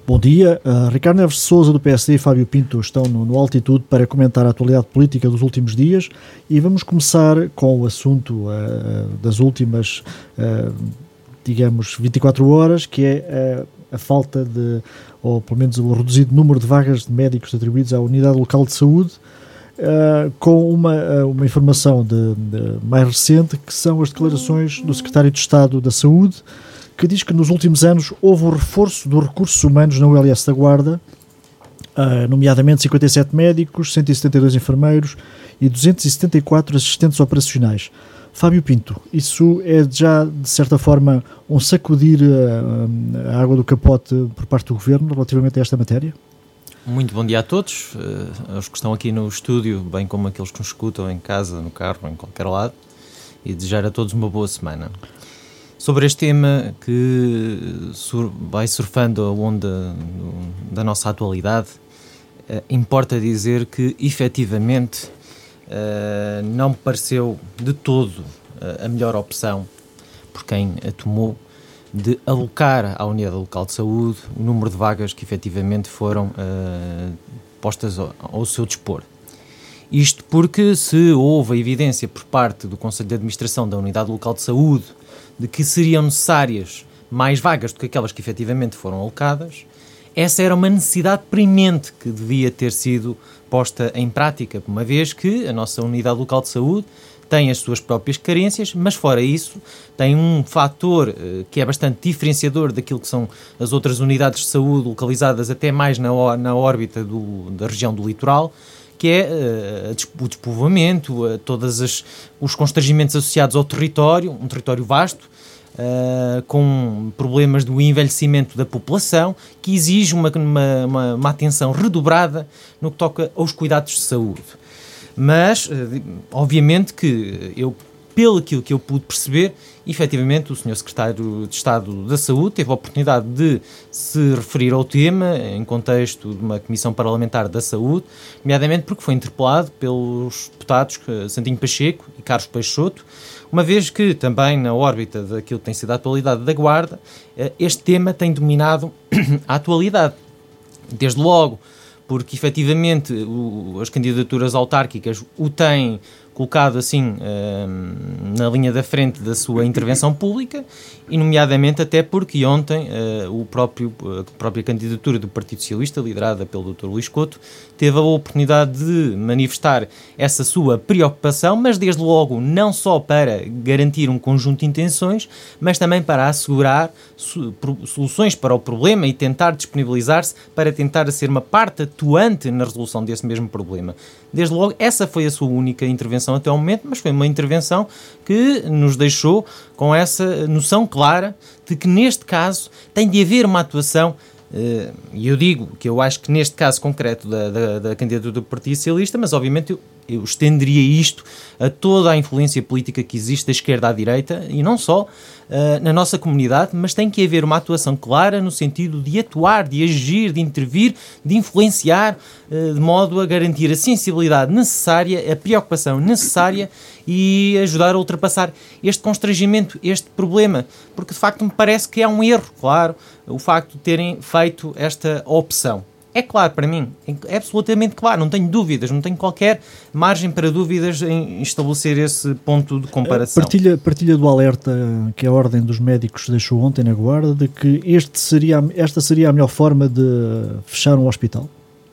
Bom dia. Ricardo Neves de Sousa, do PSD, e Fábio Pinto estão no Altitude para comentar a atualidade política dos últimos dias e vamos começar com o assunto das últimas, digamos, 24 horas, que é a falta de, ou pelo menos o reduzido número de vagas de médicos atribuídos à Unidade Local de Saúde, com uma informação mais recente, que são as declarações do Secretário de Estado da Saúde, que diz que nos últimos anos houve um reforço dos recursos humanos na ULS da Guarda, nomeadamente 57 médicos, 172 enfermeiros e 274 assistentes operacionais. Fábio Pinto, isso é já, de certa forma, um sacudir a água do capote por parte do Governo relativamente a esta matéria? Muito bom dia a todos, aos que estão aqui no estúdio, bem como aqueles que nos escutam em casa, no carro, em qualquer lado, e desejar a todos uma boa semana. Sobre este tema que vai surfando a onda da nossa atualidade, importa dizer que, efetivamente, não me pareceu de todo a melhor opção por quem a tomou de alocar à Unidade Local de Saúde o número de vagas que efetivamente foram postas ao seu dispor. Isto porque, se houve a evidência por parte do Conselho de Administração da Unidade Local de Saúde de que seriam necessárias mais vagas do que aquelas que efetivamente foram alocadas, essa era uma necessidade premente que devia ter sido posta em prática, uma vez que a nossa Unidade Local de Saúde tem as suas próprias carências, mas fora isso tem um fator que é bastante diferenciador daquilo que são as outras unidades de saúde localizadas até mais na órbita da região do litoral, que é o despovoamento, todos os constrangimentos associados ao território, um território vasto, com problemas do envelhecimento da população, que exige uma atenção redobrada no que toca aos cuidados de saúde. Mas, obviamente que pelo aquilo que eu pude perceber, efetivamente o Sr. Secretário de Estado da Saúde teve a oportunidade de se referir ao tema em contexto de uma Comissão Parlamentar da Saúde, nomeadamente porque foi interpelado pelos deputados Santinho Pacheco e Carlos Peixoto, uma vez que também na órbita daquilo que tem sido a atualidade da Guarda, este tema tem dominado a atualidade. Desde logo, porque efetivamente as candidaturas autárquicas o têm colocado assim na linha da frente da sua intervenção pública, e nomeadamente até porque ontem a própria candidatura do Partido Socialista, liderada pelo Dr. Luís Couto, teve a oportunidade de manifestar essa sua preocupação, mas desde logo não só para garantir um conjunto de intenções, mas também para assegurar soluções para o problema e tentar disponibilizar-se para tentar ser uma parte atuante na resolução desse mesmo problema. Desde logo, essa foi a sua única intervenção até ao momento, mas foi uma intervenção que nos deixou com essa noção clara de que neste caso tem de haver uma atuação, e eu digo que eu acho que neste caso concreto da candidatura do Partido Socialista, mas obviamente eu estenderia isto a toda a influência política que existe da esquerda à direita, e não só na nossa comunidade, mas tem que haver uma atuação clara no sentido de atuar, de agir, de intervir, de influenciar, de modo a garantir a sensibilidade necessária, a preocupação necessária e ajudar a ultrapassar este constrangimento, este problema, porque de facto me parece que é um erro, claro, o facto de terem feito esta opção. É claro para mim, é absolutamente claro, não tenho dúvidas, não tenho qualquer margem para dúvidas em estabelecer esse ponto de comparação. Partilha do alerta que a Ordem dos Médicos deixou ontem na Guarda, de que esta seria a melhor forma de fechar um hospital?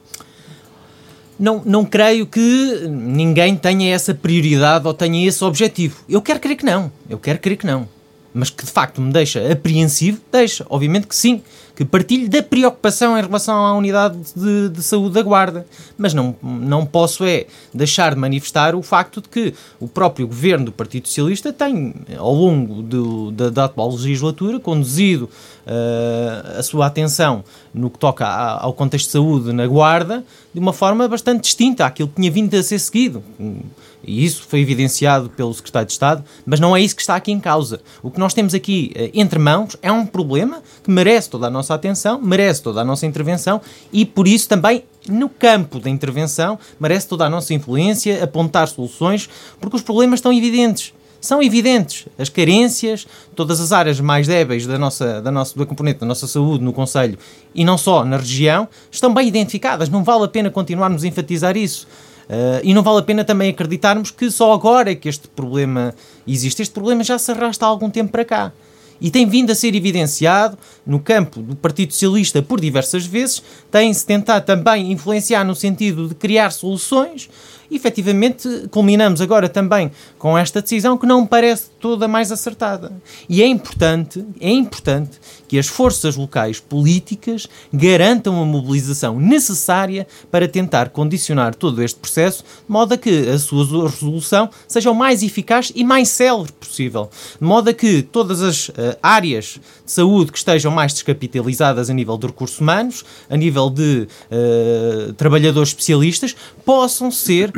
Não creio que ninguém tenha essa prioridade ou tenha esse objetivo. Eu quero crer que não. Mas que de facto me deixa apreensivo, obviamente que sim, que partilho da preocupação em relação à unidade de saúde da Guarda, mas não posso deixar de manifestar o facto de que o próprio governo do Partido Socialista tem, ao longo da atual legislatura, conduzido a sua atenção no que toca ao contexto de saúde na Guarda de uma forma bastante distinta àquilo que tinha vindo a ser seguido. E isso foi evidenciado pelo Secretário de Estado, mas não é isso que está aqui em causa. O que nós temos aqui entre mãos é um problema que merece toda a nossa atenção, merece toda a nossa intervenção e, por isso, também no campo da intervenção, merece toda a nossa influência, apontar soluções, porque os problemas estão evidentes. São evidentes as carências, todas as áreas mais débeis do componente da nossa saúde no concelho e não só na região, estão bem identificadas. Não vale a pena continuarmos a enfatizar isso. E não vale a pena também acreditarmos que só agora é que este problema existe. Este problema já se arrasta há algum tempo para cá. E tem vindo a ser evidenciado no campo do Partido Socialista por diversas vezes, tem-se tentado também influenciar no sentido de criar soluções, e efetivamente culminamos agora também com esta decisão que não me parece toda mais acertada. E é importante que as forças locais políticas garantam a mobilização necessária para tentar condicionar todo este processo, de modo a que a sua resolução seja o mais eficaz e mais célere possível. De modo a que todas as áreas de saúde que estejam mais descapitalizadas a nível de recursos humanos, a nível de trabalhadores especialistas, possam ser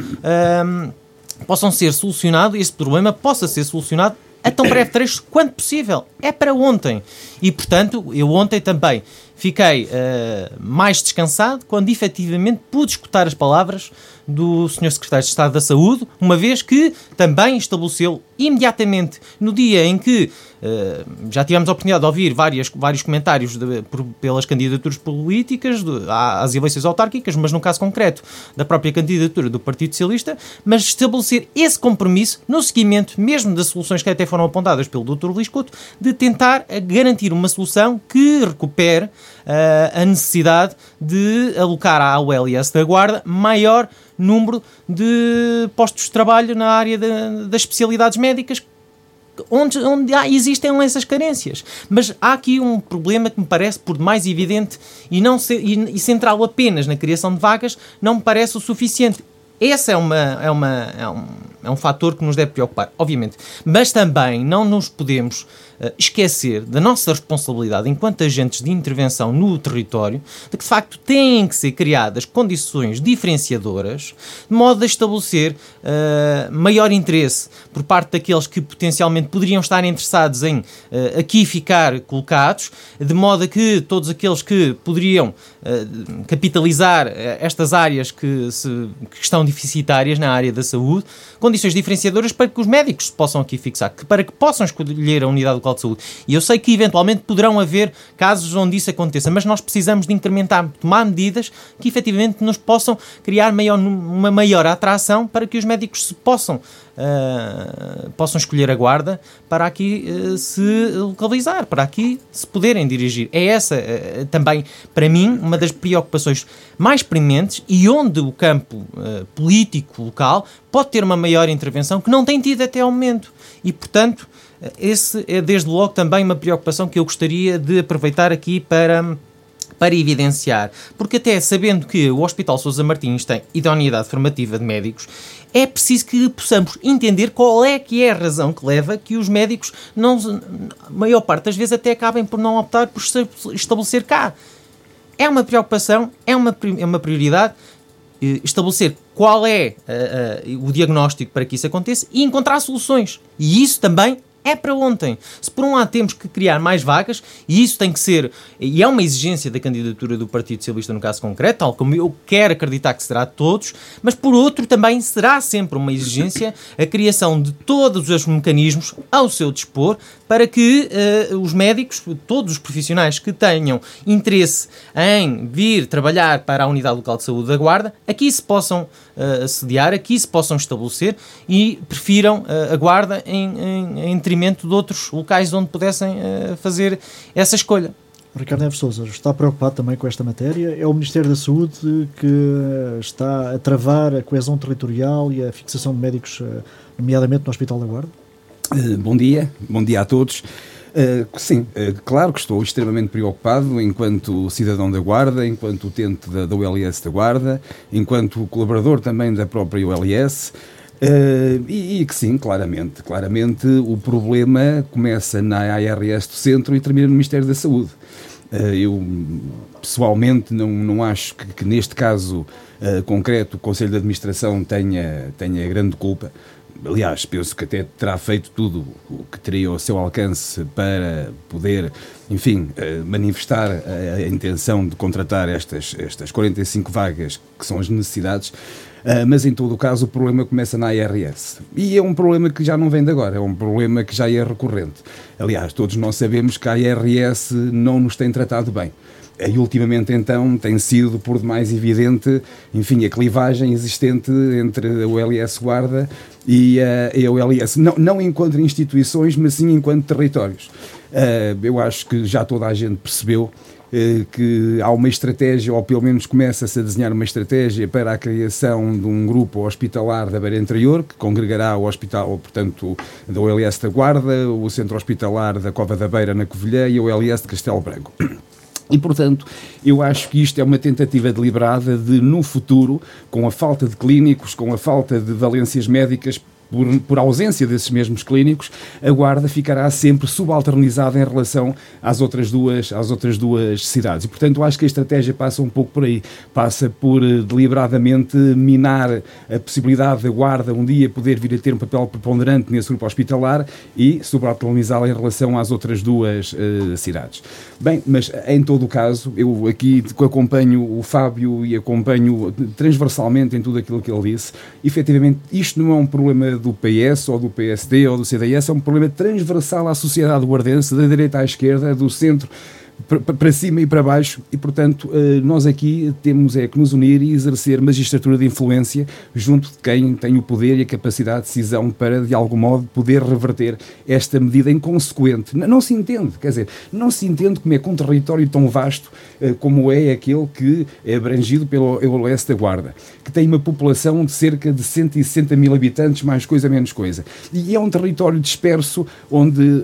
solucionado, este problema possa ser solucionado a tão breve trecho quanto possível. É para ontem. E, portanto, eu ontem também fiquei mais descansado quando efetivamente pude escutar as palavras do Sr. Secretário de Estado da Saúde, uma vez que também estabeleceu imediatamente no dia em que já tivemos a oportunidade de ouvir vários comentários pelas candidaturas políticas às eleições autárquicas, mas no caso concreto da própria candidatura do Partido Socialista, mas estabelecer esse compromisso no seguimento mesmo das soluções que até foram apontadas pelo Dr. Luís Couto, de tentar garantir uma solução que recupere a necessidade de alocar à OLS da Guarda maior número de postos de trabalho na área das especialidades médicas, onde existem essas carências. Mas há aqui um problema que me parece por demais evidente e centrá-lo apenas na criação de vagas não me parece o suficiente. Esse é um fator que nos deve preocupar, obviamente. Mas também não nos podemos esquecer da nossa responsabilidade enquanto agentes de intervenção no território, de que de facto têm que ser criadas condições diferenciadoras, de modo a estabelecer maior interesse por parte daqueles que potencialmente poderiam estar interessados em aqui ficar colocados, de modo a que todos aqueles que poderiam capitalizar estas áreas que estão deficitárias na área da saúde, condições diferenciadoras para que os médicos se possam aqui fixar, para que possam escolher a unidade local de saúde. E eu sei que eventualmente poderão haver casos onde isso aconteça, mas nós precisamos de incrementar, tomar medidas que efetivamente nos possam criar uma maior atração para que os médicos se possam escolher a Guarda para aqui se localizar, para aqui se poderem dirigir. É essa também, para mim, uma das preocupações mais prementes e onde o campo político local pode ter uma maior intervenção que não tem tido até ao momento. E, portanto, esse é desde logo também uma preocupação que eu gostaria de aproveitar aqui para evidenciar, porque até sabendo que o Hospital Sousa Martins tem idoneidade formativa de médicos, é preciso que possamos entender qual é que é a razão que leva que os médicos, a maior parte das vezes, até acabem por não optar por se estabelecer cá. É uma preocupação, é uma prioridade, estabelecer qual é o diagnóstico para que isso aconteça e encontrar soluções. E isso também é para ontem. Se por um lado temos que criar mais vagas, e isso tem que ser, e é uma exigência da candidatura do Partido Socialista no caso concreto, tal como eu quero acreditar que será de todos, mas por outro também será sempre uma exigência a criação de todos os mecanismos ao seu dispor para que os médicos, todos os profissionais que tenham interesse em vir trabalhar para a Unidade Local de Saúde da Guarda, aqui se possam sediar, aqui se possam estabelecer e prefiram a Guarda em detrimento de outros locais onde pudessem fazer essa escolha. Ricardo Neves Sousa está preocupado também com esta matéria. É o Ministério da Saúde que está a travar a coesão territorial e a fixação de médicos, nomeadamente no Hospital da Guarda? Bom dia a todos. Sim, claro que estou extremamente preocupado enquanto cidadão da Guarda, enquanto utente da ULS da Guarda, enquanto colaborador também da própria ULS, e que sim, claramente o problema começa na ARS do Centro e termina no Ministério da Saúde. Eu pessoalmente não acho que neste caso concreto o Conselho de Administração tenha grande culpa. aliás, penso que até terá feito tudo o que teria ao seu alcance para poder, enfim, manifestar a intenção de contratar estas 45 vagas que são as necessidades. Mas em todo o caso o problema começa na ARS e é um problema que já não vem de agora, é um problema que já é recorrente. Aliás, todos nós sabemos que a ARS não nos tem tratado bem. E ultimamente então tem sido por demais evidente, enfim, a clivagem existente entre a OLS Guarda e a OLS, não enquanto instituições, mas sim enquanto territórios. Eu acho que já toda a gente percebeu que há uma estratégia, ou pelo menos começa-se a desenhar uma estratégia para a criação de um grupo hospitalar da Beira Interior, que congregará o hospital, portanto, da OLS da Guarda, o Centro Hospitalar da Cova da Beira na Covilhã e a OLS de Castelo Branco. E, portanto, eu acho que isto é uma tentativa deliberada de, no futuro, com a falta de clínicos, com a falta de valências médicas, por ausência desses mesmos clínicos, a Guarda ficará sempre subalternizada em relação às outras duas cidades. E, portanto, acho que a estratégia passa um pouco por aí. Passa por deliberadamente minar a possibilidade da Guarda um dia poder vir a ter um papel preponderante nesse grupo hospitalar e subalternizá-la em relação às outras duas cidades. Bem, mas em todo o caso, eu aqui acompanho o Fábio e acompanho transversalmente em tudo aquilo que ele disse. Efetivamente, isto não é um problema do PS ou do PSD ou do CDS, é um problema transversal à sociedade guardense, da direita à esquerda, do centro para cima e para baixo, e portanto nós aqui temos que nos unir e exercer magistratura de influência junto de quem tem o poder e a capacidade de decisão para, de algum modo, poder reverter esta medida inconsequente. Não se entende, quer dizer, não se entende como é que um território tão vasto como é aquele que é abrangido pelo OLS da Guarda, que tem uma população de cerca de 160 mil habitantes, mais coisa, menos coisa, e é um território disperso onde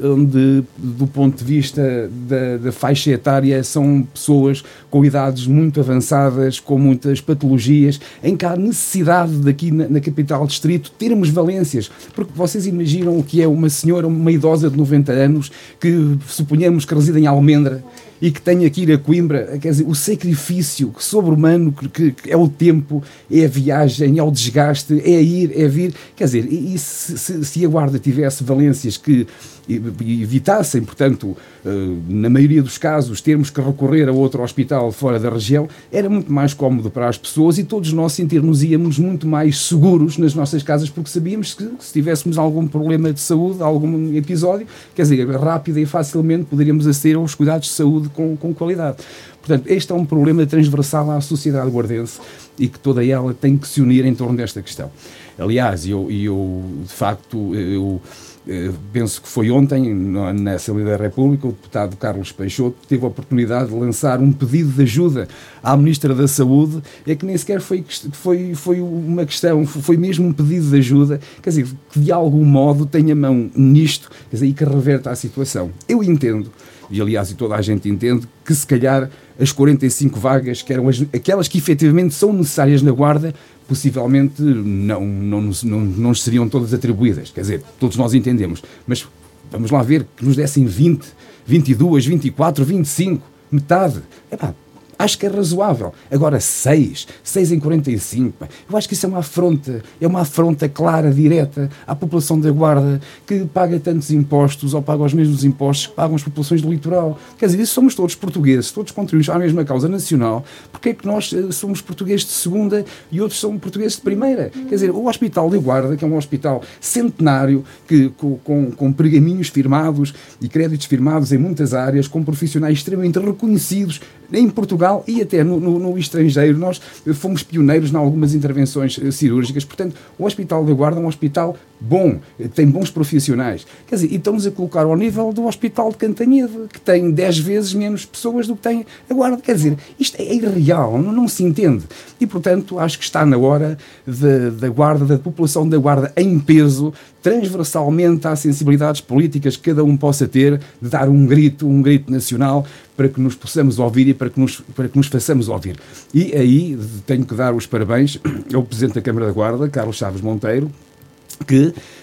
do ponto de vista da faixa etária são pessoas com idades muito avançadas, com muitas patologias, em que há necessidade daqui na capital distrito termos valências, porque vocês imaginam o que é uma senhora, uma idosa de 90 anos, que suponhamos que reside em Almendra e que tenha que ir a Coimbra, quer dizer, o sacrifício sobre-humano que é o tempo, é a viagem, é o desgaste, é ir, é vir, quer dizer, e se a Guarda tivesse valências que evitassem, portanto, na maioria dos casos, termos que recorrer a outro hospital fora da região, era muito mais cómodo para as pessoas e todos nós sentir-nos-íamos muito mais seguros nas nossas casas, porque sabíamos que se tivéssemos algum problema de saúde, algum episódio, quer dizer, rápida e facilmente poderíamos aceder aos cuidados de saúde com qualidade. Portanto, este é um problema transversal à sociedade guardense e que toda ela tem que se unir em torno desta questão. Aliás, eu de facto, penso que foi ontem, na Assembleia da República, o deputado Carlos Peixoto teve a oportunidade de lançar um pedido de ajuda à Ministra da Saúde, é que nem sequer foi uma questão, foi mesmo um pedido de ajuda, quer dizer, que de algum modo tenha mão nisto, quer dizer, e que reverta a situação. Eu entendo, e aliás toda a gente entende, que se calhar as 45 vagas, que eram aquelas que efetivamente são necessárias na Guarda, possivelmente não seriam todas atribuídas, quer dizer, todos nós entendemos, mas vamos lá ver que nos dessem 20, 22, 24, 25, metade, acho que é razoável. Agora 6 em 45, eu acho que isso é uma afronta clara, direta à população da Guarda, que paga tantos impostos, ou paga os mesmos impostos que pagam as populações do litoral. Quer dizer, isso somos todos portugueses, todos contribuímos à mesma causa nacional, porque é que nós somos portugueses de segunda e outros são portugueses de primeira? Quer dizer, o Hospital da Guarda, que é um hospital centenário, que, com pergaminhos firmados e créditos firmados em muitas áreas, com profissionais extremamente reconhecidos em Portugal e até no estrangeiro, nós fomos pioneiros em algumas intervenções cirúrgicas. Portanto, o Hospital da Guarda é um hospital bom, tem bons profissionais. Quer dizer, e estamos a colocar ao nível do Hospital de Cantanhede, que tem 10 vezes menos pessoas do que tem a Guarda. Quer dizer, isto é irreal, não se entende. E, portanto, acho que está na hora da Guarda, da população da Guarda em peso, transversalmente às sensibilidades políticas que cada um possa ter, de dar um grito nacional para que nos possamos ouvir e para que nos façamos ouvir. E aí tenho que dar os parabéns ao Presidente da Câmara da Guarda, Carlos Chaves Monteiro, que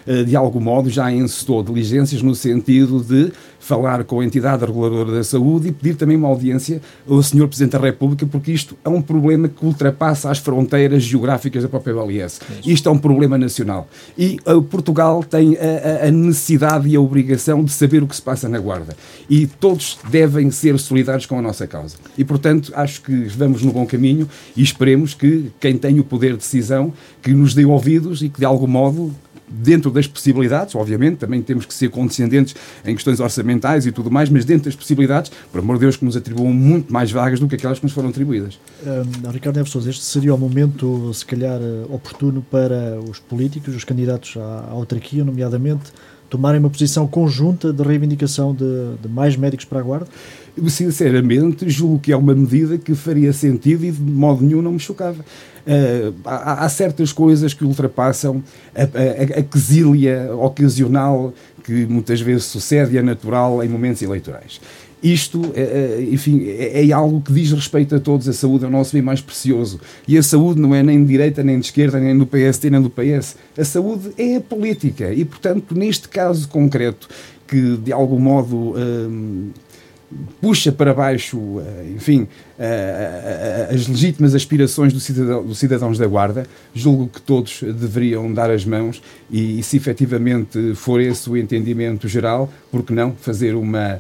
de algum modo, já encetou diligências no sentido de falar com a entidade reguladora da saúde e pedir também uma audiência ao Sr. Presidente da República, porque isto é um problema que ultrapassa as fronteiras geográficas da própria OLS. Isto é um problema nacional. E Portugal tem a necessidade e a obrigação de saber o que se passa na Guarda. E todos devem ser solidários com a nossa causa. E, portanto, acho que vamos no bom caminho e esperemos que quem tem o poder de decisão, que nos dê ouvidos e que, de algum modo, dentro das possibilidades, obviamente, também temos que ser condescendentes em questões orçamentais e tudo mais, mas dentro das possibilidades, por amor de Deus, que nos atribuam muito mais vagas do que aquelas que nos foram atribuídas. Ricardo Neves Sousa, este seria o momento, se calhar, oportuno para os políticos, os candidatos à autarquia, nomeadamente, tomarem uma posição conjunta de reivindicação de mais médicos para a Guarda? Sinceramente, julgo que é uma medida que faria sentido e de modo nenhum não me chocava. Há certas coisas que ultrapassam a quesília ocasional que muitas vezes sucede e é natural em momentos eleitorais. Isto, enfim, é algo que diz respeito a todos. A saúde é o nosso bem mais precioso. E a saúde não é nem de direita, nem de esquerda, nem do PST, nem do PS. A saúde é a política. E, portanto, neste caso concreto, que de algum modo puxa para baixo, enfim, as legítimas aspirações dos cidadãos da Guarda, julgo que todos deveriam dar as mãos e se efetivamente for esse o entendimento geral, por que não fazer uma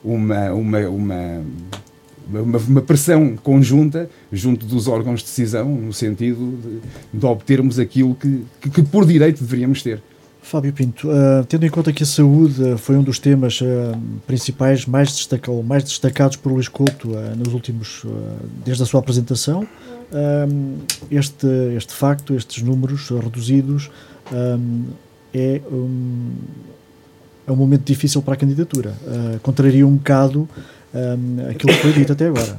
pressão conjunta junto dos órgãos de decisão, no sentido de obtermos aquilo que por direito deveríamos ter. Fábio Pinto, tendo em conta que a saúde foi um dos temas principais mais destacados por Luís Couto nos últimos, desde a sua apresentação, este facto, estes números reduzidos, é um momento difícil para a candidatura. Contraria um bocado aquilo que foi dito até agora.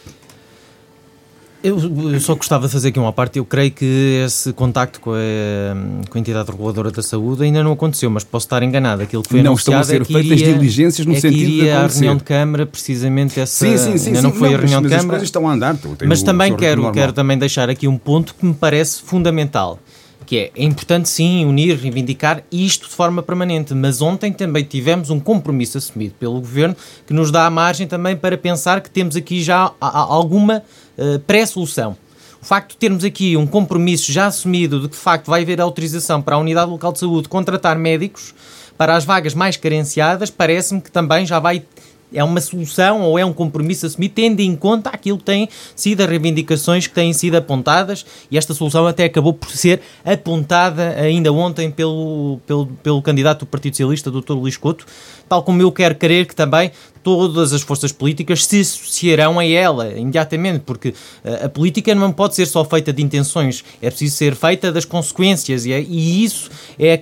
Eu só gostava de fazer aqui uma parte. Eu creio que esse contacto com a entidade reguladora da saúde ainda não aconteceu, mas posso estar enganado. Aquilo que foi anunciado não estão a ser feitas diligências no sentido de iria à reunião de Câmara, precisamente essa... Sim, não foi a reunião de Câmara. As coisas estão a andar. Mas também quero também deixar aqui um ponto que me parece fundamental, que é importante sim unir, reivindicar isto de forma permanente, mas ontem também tivemos um compromisso assumido pelo Governo que nos dá a margem também para pensar que temos aqui já alguma pré-solução. O facto de termos aqui um compromisso já assumido de que de facto vai haver autorização para a Unidade Local de Saúde contratar médicos para as vagas mais carenciadas, parece-me que também já vai... É uma solução ou é um compromisso assumido, tendo em conta aquilo que têm sido as reivindicações que têm sido apontadas, e esta solução até acabou por ser apontada ainda ontem pelo candidato do Partido Socialista, Dr. Luís Couto, tal como eu quero crer que também todas as forças políticas se associarão a ela imediatamente, porque a política não pode ser só feita de intenções, é preciso ser feita das consequências, e isso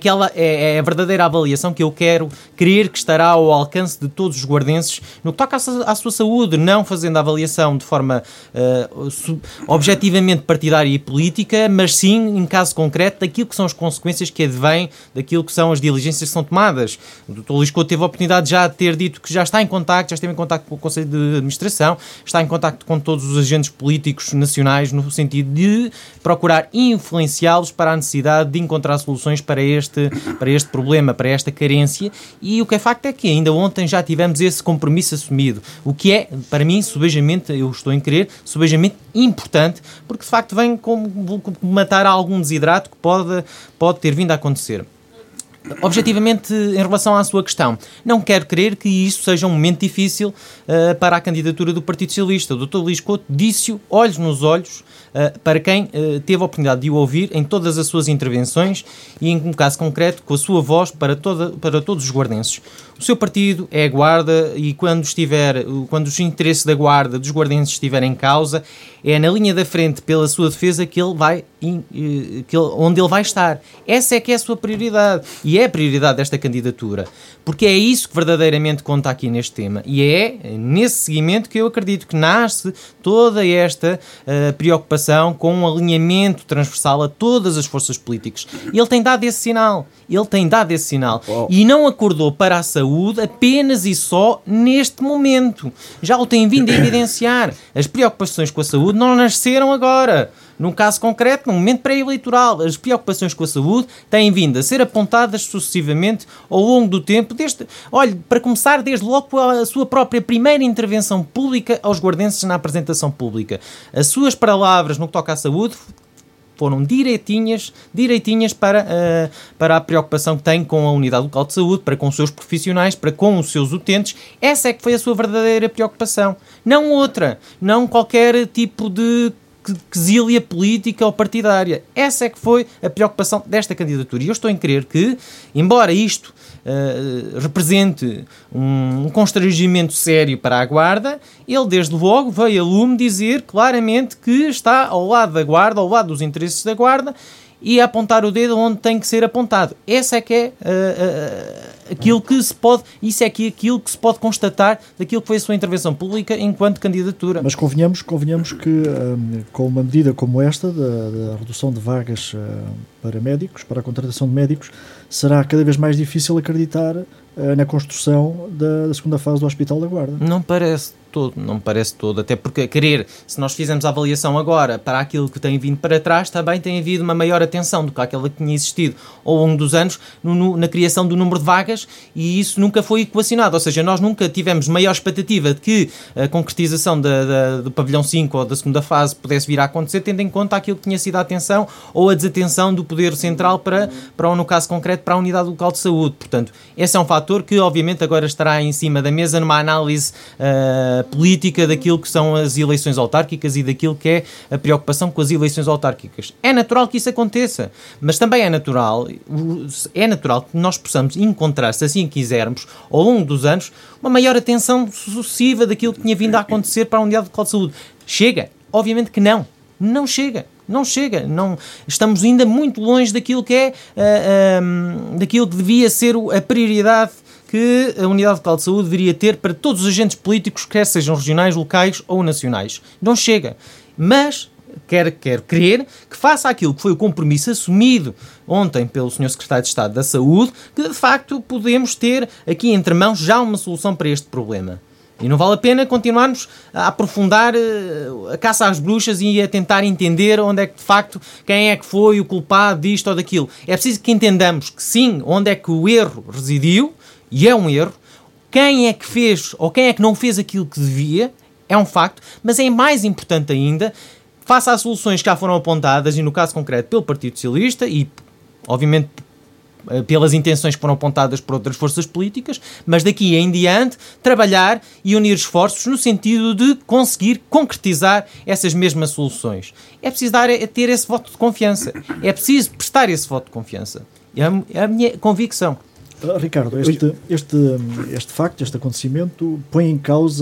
é a verdadeira avaliação que eu quero crer que estará ao alcance de todos os guardenses no que toca à sua saúde, não fazendo a avaliação de forma objetivamente partidária e política, mas sim, em caso concreto, daquilo que são as consequências que advêm daquilo que são as diligências que são tomadas. O Dr. Luís Couto teve a oportunidade já de ter dito que já está em contacto, já esteve em contacto com o Conselho de Administração, está em contacto com todos os agentes políticos nacionais no sentido de procurar influenciá-los para a necessidade de encontrar soluções para este problema, para esta carência, e o que é facto é que ainda ontem já tivemos esse compromisso assumido, o que é, para mim, subejamente, eu estou em crer, subejamente importante, porque de facto vem matar algum desidrato que pode ter vindo a acontecer. Objetivamente, em relação à sua questão, não quero crer que isso seja um momento difícil para a candidatura do Partido Socialista. O Dr. Luís Couto disse-o, olhos nos olhos, para quem teve a oportunidade de o ouvir em todas as suas intervenções e, em um caso concreto, com a sua voz para todos os guardenses. O seu partido é a Guarda e quando os interesses da Guarda, dos guardenses estiverem em causa, é na linha da frente pela sua defesa onde ele vai estar. Essa é que é a sua prioridade e é a prioridade desta candidatura, porque é isso que verdadeiramente conta aqui neste tema e é nesse seguimento que eu acredito que nasce toda esta preocupação com um alinhamento transversal a todas as forças políticas. Ele tem dado esse sinal. E não acordou para a saúde apenas e só neste momento. Já o tem vindo a evidenciar. As preocupações com a saúde não nasceram agora. Num caso concreto, num momento pré-eleitoral. As preocupações com a saúde têm vindo a ser apontadas sucessivamente ao longo do tempo, para começar, desde logo a sua própria primeira intervenção pública aos guardenses na apresentação pública. As suas palavras no que toca à saúde foram direitinhas para a preocupação que tem com a unidade local de saúde, para com os seus profissionais, para com os seus utentes. Essa é que foi a sua verdadeira preocupação. Não outra. Não qualquer tipo de quesília política ou partidária. Essa é que foi a preocupação desta candidatura. E eu estou em crer que, embora isto represente um constrangimento sério para a Guarda, ele desde logo veio a lume dizer claramente que está ao lado da Guarda, ao lado dos interesses da Guarda, e a apontar o dedo onde tem que ser apontado. Esse é que é aquilo que se pode, isso é que aquilo que se pode constatar daquilo que foi a sua intervenção pública enquanto candidatura. Mas convenhamos que com uma medida como esta, da redução de vagas para médicos, para a contratação de médicos, será cada vez mais difícil acreditar na construção da segunda fase do Hospital da Guarda. Não me parece todo, até porque se nós fizermos a avaliação agora para aquilo que tem vindo para trás, também tem havido uma maior atenção do que aquela que tinha existido ao longo dos anos na criação do número de vagas, e isso nunca foi equacionado, ou seja, nós nunca tivemos maior expectativa de que a concretização do pavilhão 5 ou da segunda fase pudesse vir a acontecer, tendo em conta aquilo que tinha sido a atenção ou a desatenção do Poder Central no caso concreto, para a Unidade Local de Saúde. Portanto, esse é um fator que obviamente agora estará em cima da mesa numa análise política daquilo que são as eleições autárquicas e daquilo que é a preocupação com as eleições autárquicas. É natural que isso aconteça, mas também é natural que nós possamos encontrar, se assim quisermos, ao longo dos anos, uma maior atenção sucessiva daquilo que tinha vindo a acontecer para a Unidade Local de Saúde. Chega? Obviamente que não. Não chega. Estamos ainda muito longe daquilo que é daquilo que devia ser a prioridade que a Unidade Local de Saúde deveria ter para todos os agentes políticos, quer sejam regionais, locais ou nacionais. Não chega. Mas quero crer que faça aquilo que foi o compromisso assumido ontem pelo Sr. Secretário de Estado da Saúde, que de facto podemos ter aqui entre mãos já uma solução para este problema. E não vale a pena continuarmos a aprofundar a caça às bruxas e a tentar entender onde é que, de facto, quem é que foi o culpado disto ou daquilo. É preciso que entendamos que sim, onde é que o erro residiu, e é um erro, quem é que fez ou quem é que não fez aquilo que devia, é um facto, mas é mais importante ainda, face às soluções que já foram apontadas, e no caso concreto pelo Partido Socialista, e obviamente pelas intenções que foram apontadas por outras forças políticas, mas daqui em diante trabalhar e unir esforços no sentido de conseguir concretizar essas mesmas soluções. É preciso ter esse voto de confiança. É preciso prestar esse voto de confiança. É a minha convicção. Ricardo, este facto, este acontecimento, põe em causa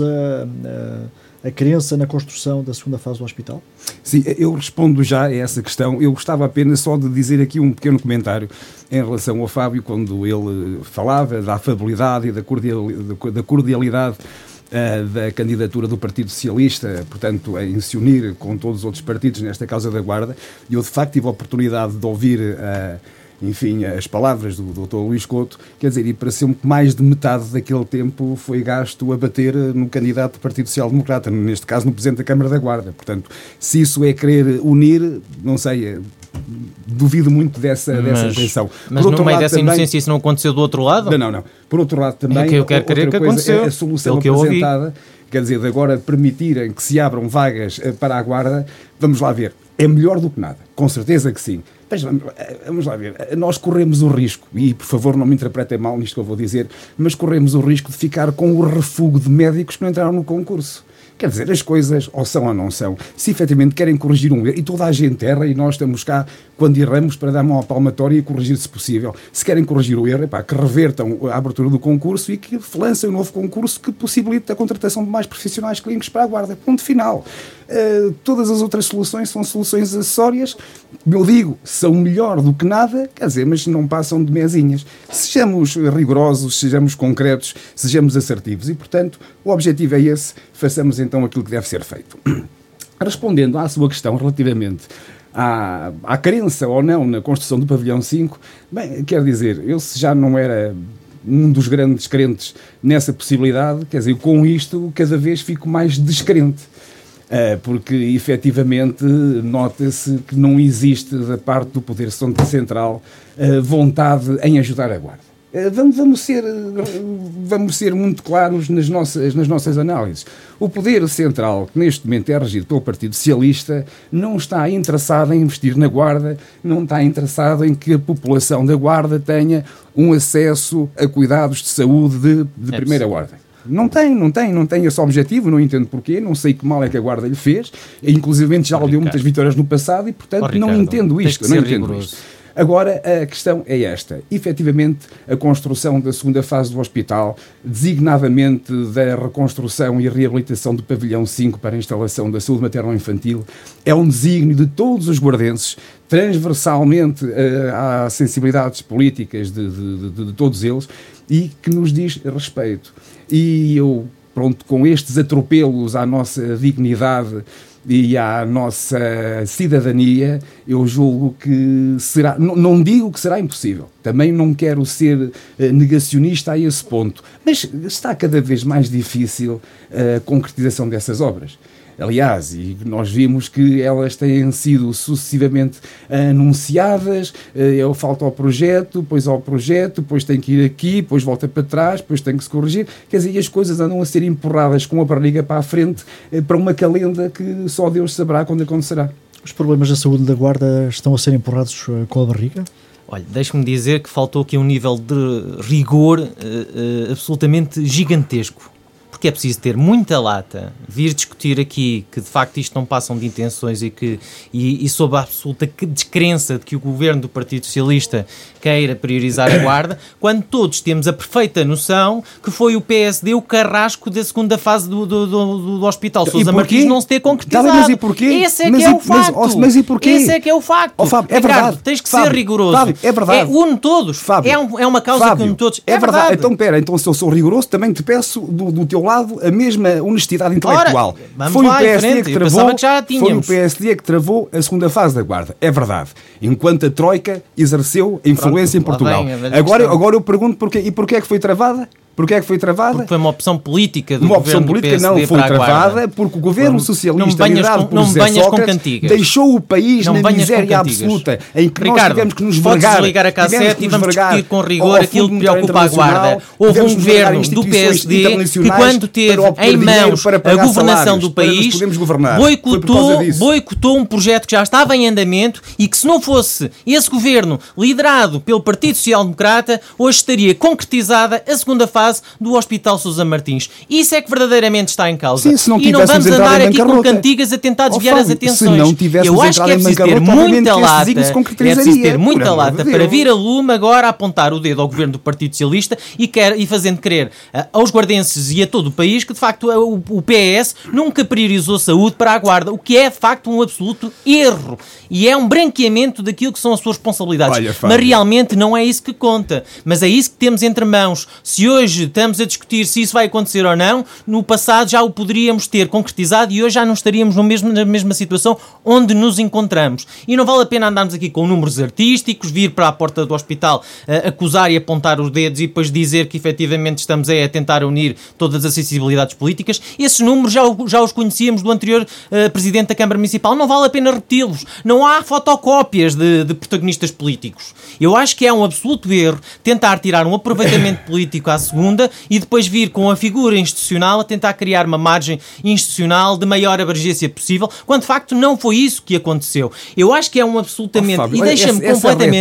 a crença na construção da segunda fase do hospital? Sim, eu respondo já a essa questão. Eu gostava apenas só de dizer aqui um pequeno comentário em relação ao Fábio, quando ele falava da afabilidade e da cordialidade da candidatura do Partido Socialista, portanto, em se unir com todos os outros partidos nesta causa da Guarda. Eu, de facto, tive a oportunidade de ouvir as palavras do Dr. Luís Couto, quer dizer, e pareceu-me que mais de metade daquele tempo foi gasto a bater no candidato do Partido Social Democrata, neste caso no Presidente da Câmara da Guarda. Portanto, se isso é querer unir, não sei, duvido muito dessa intenção. Mas no meio dessa inocência isso não aconteceu do outro lado? Não. Por outro lado também, eu quero crer que aconteceu, a solução apresentada, quer dizer, de agora permitirem que se abram vagas para a Guarda, vamos lá ver, é melhor do que nada, com certeza que sim. Mas vamos lá ver, nós corremos o risco, e por favor não me interpretem mal nisto que eu vou dizer, mas corremos o risco de ficar com o refúgio de médicos que não entraram no concurso. Quer dizer, as coisas ou são ou não são. Se efetivamente querem corrigir um erro, e toda a gente erra, e nós estamos cá, quando erramos, para dar mão à palmatória e corrigir se possível. Se querem corrigir o erro, que revertam a abertura do concurso e que lancem um novo concurso que possibilite a contratação de mais profissionais clínicos para a Guarda. Ponto final. Todas as outras soluções são soluções acessórias, eu digo, são melhor do que nada, quer dizer, mas não passam de mesinhas. Sejamos rigorosos, sejamos concretos, sejamos assertivos, e portanto o objetivo é esse, façamos então aquilo que deve ser feito. Respondendo à sua questão relativamente à crença ou não na construção do pavilhão 5, bem, quer dizer, eu se já não era um dos grandes crentes nessa possibilidade, quer dizer, com isto cada vez fico mais descrente. porque efetivamente nota-se que não existe da parte do Poder Central vontade em ajudar a Guarda. Vamos ser muito claros nas nossas análises. O Poder Central, que neste momento é regido pelo Partido Socialista, não está interessado em investir na Guarda, não está interessado em que a população da Guarda tenha um acesso a cuidados de saúde de primeira ordem. Não tem esse objetivo, não entendo porquê, não sei que mal é que a Guarda lhe fez, inclusive já lhe deu muitas vitórias no passado e, portanto, não entendo isto. Agora, a questão é esta. Efetivamente, a construção da segunda fase do hospital, designadamente da reconstrução e reabilitação do pavilhão 5 para a instalação da saúde materno-infantil, é um desígnio de todos os guardenses, transversalmente às sensibilidades políticas de todos eles, e que nos diz respeito. E eu, com estes atropelos à nossa dignidade e à nossa cidadania, eu julgo que será, não digo que será impossível, também não quero ser negacionista a esse ponto, mas está cada vez mais difícil a concretização dessas obras. Aliás, e nós vimos que elas têm sido sucessivamente anunciadas, falta ao projeto, depois tem que ir aqui, depois volta para trás, depois tem que se corrigir. Quer dizer, e as coisas andam a ser empurradas com a barriga para a frente para uma calenda que só Deus saberá quando acontecerá. Os problemas da saúde da Guarda estão a ser empurrados com a barriga? Olha, deixe-me dizer que faltou aqui um nível de rigor absolutamente gigantesco. Porque é preciso ter muita lata, vir discutir aqui que de facto isto não passam de intenções e sob a absoluta descrença de que o governo do Partido Socialista queira priorizar a Guarda, quando todos temos a perfeita noção que foi o PSD o carrasco da segunda fase do Hospital Sousa Martins não se ter concretizado. Mas e porquê? Esse é que é o facto. Mas e porquê? Esse é que é o facto. Fábio, é verdade. Tens que ser rigoroso. Fábio, é verdade. Une todos. Fábio, é uma causa que une todos. É verdade. Então, se eu sou rigoroso, também te peço do teu lado a mesma honestidade intelectual. Ora, foi o PSD que travou a segunda fase da Guarda. É verdade. Enquanto a Troika exerceu a influência em Portugal. Agora eu pergunto porquê. E porquê é que foi travada? Porquê é que foi travada? Porque foi uma opção política do governo do PSD não foi travada porque o governo socialista liderado por José Sócrates deixou o país na miséria absoluta em que nós tivemos que nos vergar. Podes desligar a cassete e vamos discutir com rigor aquilo que preocupa a Guarda. Houve um governo do PSD que quando teve em mãos a governação do país boicotou um projeto que já estava em andamento e que se não fosse esse governo liderado pelo Partido Social Democrata, hoje estaria concretizada a segunda fase do Hospital Sousa Martins. Isso é que verdadeiramente está em causa. Sim, se não e não vamos andar aqui com bancarrota. Cantigas a tentar desviar as atenções. Se não tivéssemos entrado em bancarrota, é preciso ter muita lata para vir a lume agora a apontar o dedo ao governo do Partido Socialista e fazendo crer aos guardenses e a todo o país que de facto o PS nunca priorizou saúde para a Guarda, o que é de facto um absoluto erro e é um branqueamento daquilo que são as suas responsabilidades. Olha, mas realmente não é isso que conta, mas é isso que temos entre mãos. Se hoje estamos a discutir se isso vai acontecer ou não, no passado já o poderíamos ter concretizado e hoje já não estaríamos na mesma situação onde nos encontramos. E não vale a pena andarmos aqui com números artísticos, vir para a porta do hospital acusar e apontar os dedos e depois dizer que efetivamente estamos a tentar unir todas as sensibilidades políticas. Esses números já os conhecíamos do anterior Presidente da Câmara Municipal. Não vale a pena repeti-los. Não há fotocópias de protagonistas políticos. Eu acho que é um absoluto erro tentar tirar um aproveitamento político à segunda e depois vir com a figura institucional a tentar criar uma margem institucional de maior abrangência possível, quando de facto não foi isso que aconteceu. Eu acho que é um absolutamente... Fábio, e deixa-me completamente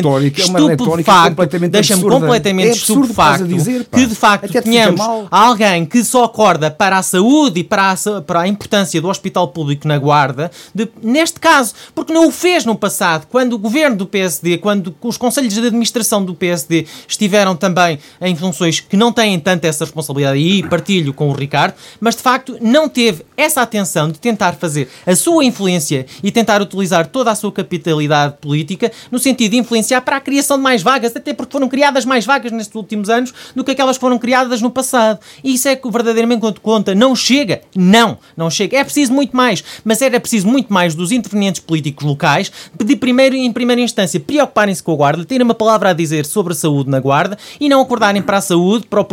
estupefacto que de facto tenhamos alguém que só acorda para a saúde e para a importância do hospital público na Guarda, neste caso, porque não o fez no passado, quando o governo do PSD, quando os conselhos de administração do PSD estiveram também em funções que não têm tanto essa responsabilidade, e partilho com o Ricardo, mas de facto não teve essa atenção de tentar fazer a sua influência e tentar utilizar toda a sua capitalidade política no sentido de influenciar para a criação de mais vagas, até porque foram criadas mais vagas nestes últimos anos do que aquelas que foram criadas no passado. E isso é que verdadeiramente quando conta. Não chega? Não chega. É preciso muito mais, mas era preciso muito mais dos intervenientes políticos locais de em primeira instância preocuparem-se com a Guarda, terem uma palavra a dizer sobre a saúde na Guarda e não acordarem para a saúde, para o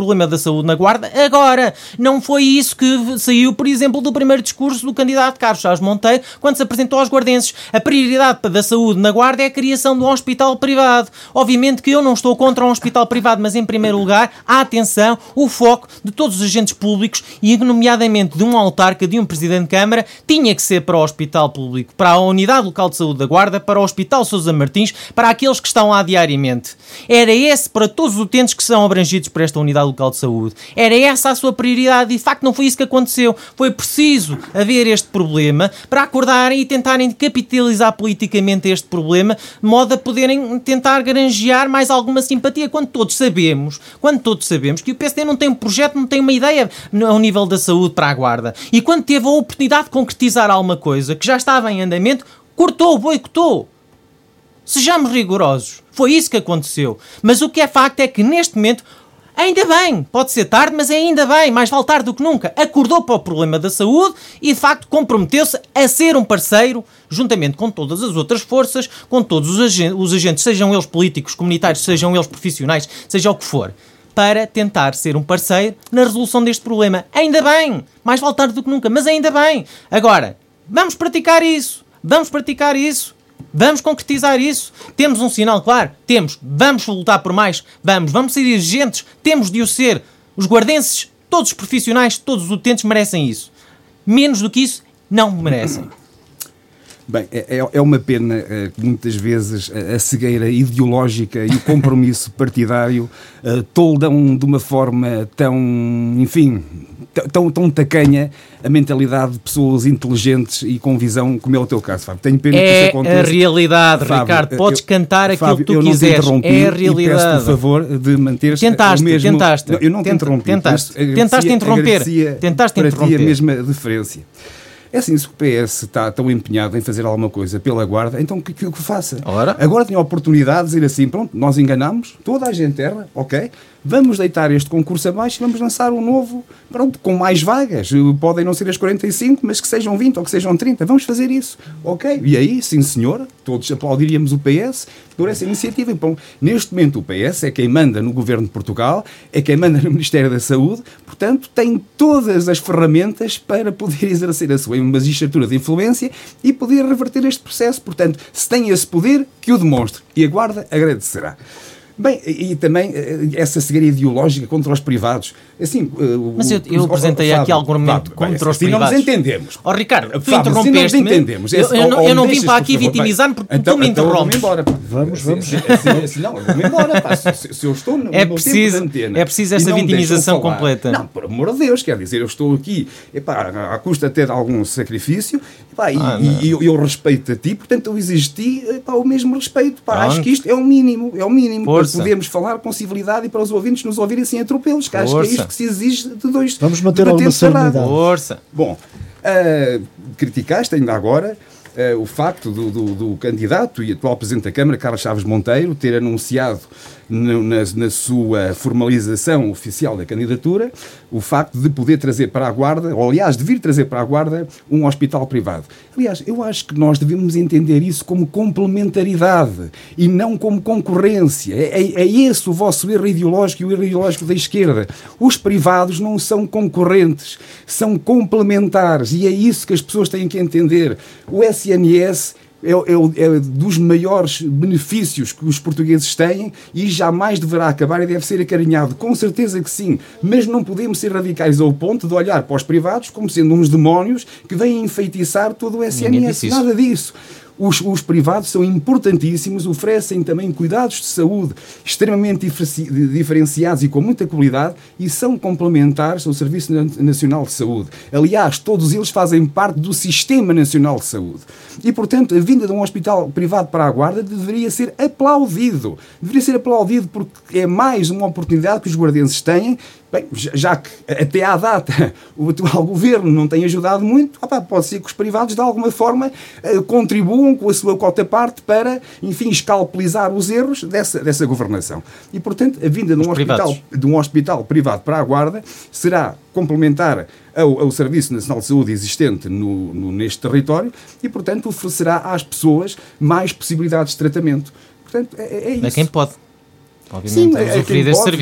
problema da saúde na Guarda agora. Não foi isso que saiu, por exemplo, do primeiro discurso do candidato Carlos Chaves Monteiro, quando se apresentou aos guardenses. A prioridade da saúde na Guarda é a criação de um hospital privado. Obviamente que eu não estou contra um hospital privado, mas em primeiro lugar, a atenção, o foco de todos os agentes públicos e, nomeadamente, de um autarca, de um presidente de Câmara, tinha que ser para o hospital público, para a Unidade Local de Saúde da Guarda, para o Hospital Sousa Martins, para aqueles que estão lá diariamente. Era esse para todos os utentes que são abrangidos por esta Unidade Local de Saúde. Era essa a sua prioridade e, de facto, não foi isso que aconteceu. Foi preciso haver este problema para acordarem e tentarem capitalizar politicamente este problema, de modo a poderem tentar granjear mais alguma simpatia, quando todos sabemos que o PSD não tem um projeto, não tem uma ideia ao nível da saúde para a Guarda. E quando teve a oportunidade de concretizar alguma coisa que já estava em andamento, cortou, boicotou. Sejamos rigorosos. Foi isso que aconteceu. Mas o que é facto é que neste momento, ainda bem, pode ser tarde, mas ainda bem, mais vale tarde do que nunca, acordou para o problema da saúde e de facto comprometeu-se a ser um parceiro, juntamente com todas as outras forças, com todos os agentes, sejam eles políticos, comunitários, sejam eles profissionais, seja o que for, para tentar ser um parceiro na resolução deste problema. Ainda bem, mais vale tarde do que nunca, mas ainda bem. Agora, vamos praticar isso, vamos concretizar isso. Temos um sinal claro? Temos. Vamos lutar por mais? Vamos ser exigentes? Temos de o ser. Os guardenses, todos os profissionais, todos os utentes merecem isso. Menos do que isso, não merecem. Bem, é uma pena que muitas vezes a cegueira ideológica e o compromisso partidário toldam de uma forma tão, enfim, tão tacanha a mentalidade de pessoas inteligentes e com visão, como é o teu caso, Fábio. Tenho pena que isso aconteça. É a realidade, Fábio, Ricardo. Podes cantar aquilo que tu quiseres. É a realidade. E peço o favor de manter-se Tentaste. Não, eu não te interrompi. Tentaste interromper. Para ti a mesma deferência. É assim, se o PS está tão empenhado em fazer alguma coisa pela Guarda, então que faça. Agora tem a oportunidade de dizer assim, pronto, nós enganámos, toda a gente erra, ok? Vamos deitar este concurso abaixo e vamos lançar um novo, pronto, com mais vagas. Podem não ser as 45, mas que sejam 20 ou que sejam 30. Vamos fazer isso, ok? E aí, sim senhor, todos aplaudiríamos o PS por essa iniciativa. Então, neste momento o PS é quem manda no Governo de Portugal, é quem manda no Ministério da Saúde, portanto tem todas as ferramentas para poder exercer a sua magistratura de influência e poder reverter este processo. Portanto, se tem esse poder, que o demonstre. E a Guarda agradecerá. Bem, e também essa cegueira ideológica contra os privados. Assim, mas eu apresentei aqui algum argumento contra os privados. Se não nos entendemos. Ricardo, tu interrompeste-me. Eu não vim para aqui vitimizar-me porque tu me interrompes. Vamos. Não, eu vou-me embora. Se eu estou no tempo de antena... É preciso essa vitimização completa. Não, por amor de Deus, quer dizer, eu estou aqui à custa até de algum sacrifício e eu respeito a ti, portanto eu exigi o mesmo respeito. Acho que isto é o mínimo. Para podermos falar com civilidade e para os ouvintes nos ouvirem sem atropelos, que acho que é isto que se exige de dois. Vamos manter alguma serenidade. Força. Bom, criticaste ainda agora o facto do candidato e atual Presidente da Câmara, Carlos Chaves Monteiro, ter anunciado na sua formalização oficial da candidatura o facto de poder trazer para a Guarda, ou aliás, de vir trazer para a Guarda um hospital privado. Aliás, eu acho que nós devemos entender isso como complementaridade e não como concorrência. É esse o vosso erro ideológico e o erro ideológico da esquerda. Os privados não são concorrentes, são complementares e é isso que as pessoas têm que entender. O SNS é dos maiores benefícios que os portugueses têm e jamais deverá acabar e deve ser acarinhado. Com certeza que sim, mas não podemos ser radicais ao ponto de olhar para os privados como sendo uns demónios que vêm enfeitiçar todo o SNS. Nada disso. Os privados são importantíssimos, oferecem também cuidados de saúde extremamente diferenciados e com muita qualidade e são complementares ao Serviço Nacional de Saúde. Aliás, todos eles fazem parte do Sistema Nacional de Saúde. E, portanto, a vinda de um hospital privado para a Guarda deveria ser aplaudido. Deveria ser aplaudido porque é mais uma oportunidade que os guardenses têm. Bem, já que até à data o atual governo não tem ajudado muito, pode ser que os privados de alguma forma contribuam com a sua cota-parte para, enfim, escalpelizar os erros dessa governação. E, portanto, a vinda de um hospital privado para a Guarda será complementar ao Serviço Nacional de Saúde existente neste território e, portanto, oferecerá às pessoas mais possibilidades de tratamento. Portanto, é isso. A quem pode. Obviamente, usufruir desses serviços.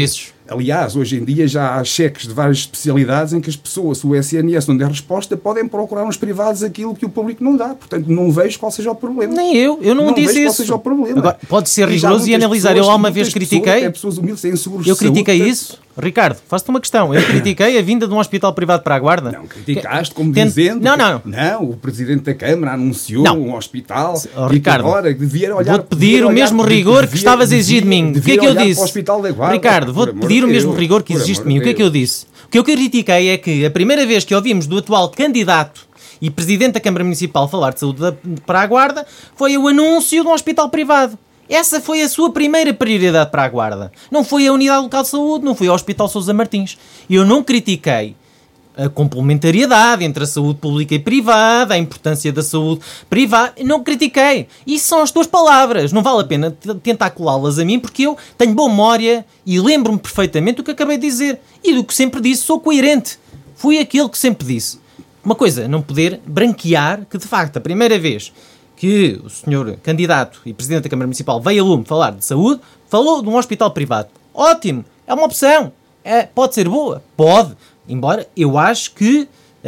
Aliás, hoje em dia já há cheques de várias especialidades em que as pessoas, se o SNS não der resposta, podem procurar nos privados aquilo que o público não dá. Portanto, não vejo qual seja o problema. Nem eu não disse vejo isso. Qual seja o problema. Agora, pode ser rigoroso e analisar. Eu uma vez critiquei. Pessoas humildes têm seguros eu de saúde, critiquei isso. Ricardo, faço-te uma questão. Eu critiquei a vinda de um hospital privado para a Guarda. Não, criticaste como dizendo... Não, o Presidente da Câmara anunciou um hospital e Ricardo, que agora devia olhar... Vou-te pedir o mesmo rigor que estavas a exigir de mim. O que é que eu disse? Ricardo, vou-te pedir o mesmo rigor que exigiste de mim. O que é que eu disse? O que eu critiquei é que a primeira vez que ouvimos do atual candidato e Presidente da Câmara Municipal falar de saúde para a Guarda foi o anúncio de um hospital privado. Essa foi a sua primeira prioridade para a Guarda. Não foi a Unidade Local de Saúde, não foi ao Hospital Sousa Martins. Eu não critiquei a complementariedade entre a saúde pública e privada, a importância da saúde privada. Não critiquei. Isso são as tuas palavras. Não vale a pena tentar colá-las a mim, porque eu tenho boa memória e lembro-me perfeitamente do que acabei de dizer. E do que sempre disse, sou coerente. Fui aquele que sempre disse. Uma coisa, não poder branquear que, de facto, a primeira vez que o senhor candidato e Presidente da Câmara Municipal veio a lume falar de saúde, falou de um hospital privado. Ótimo, é uma opção. Pode ser boa? Pode. Embora eu acho que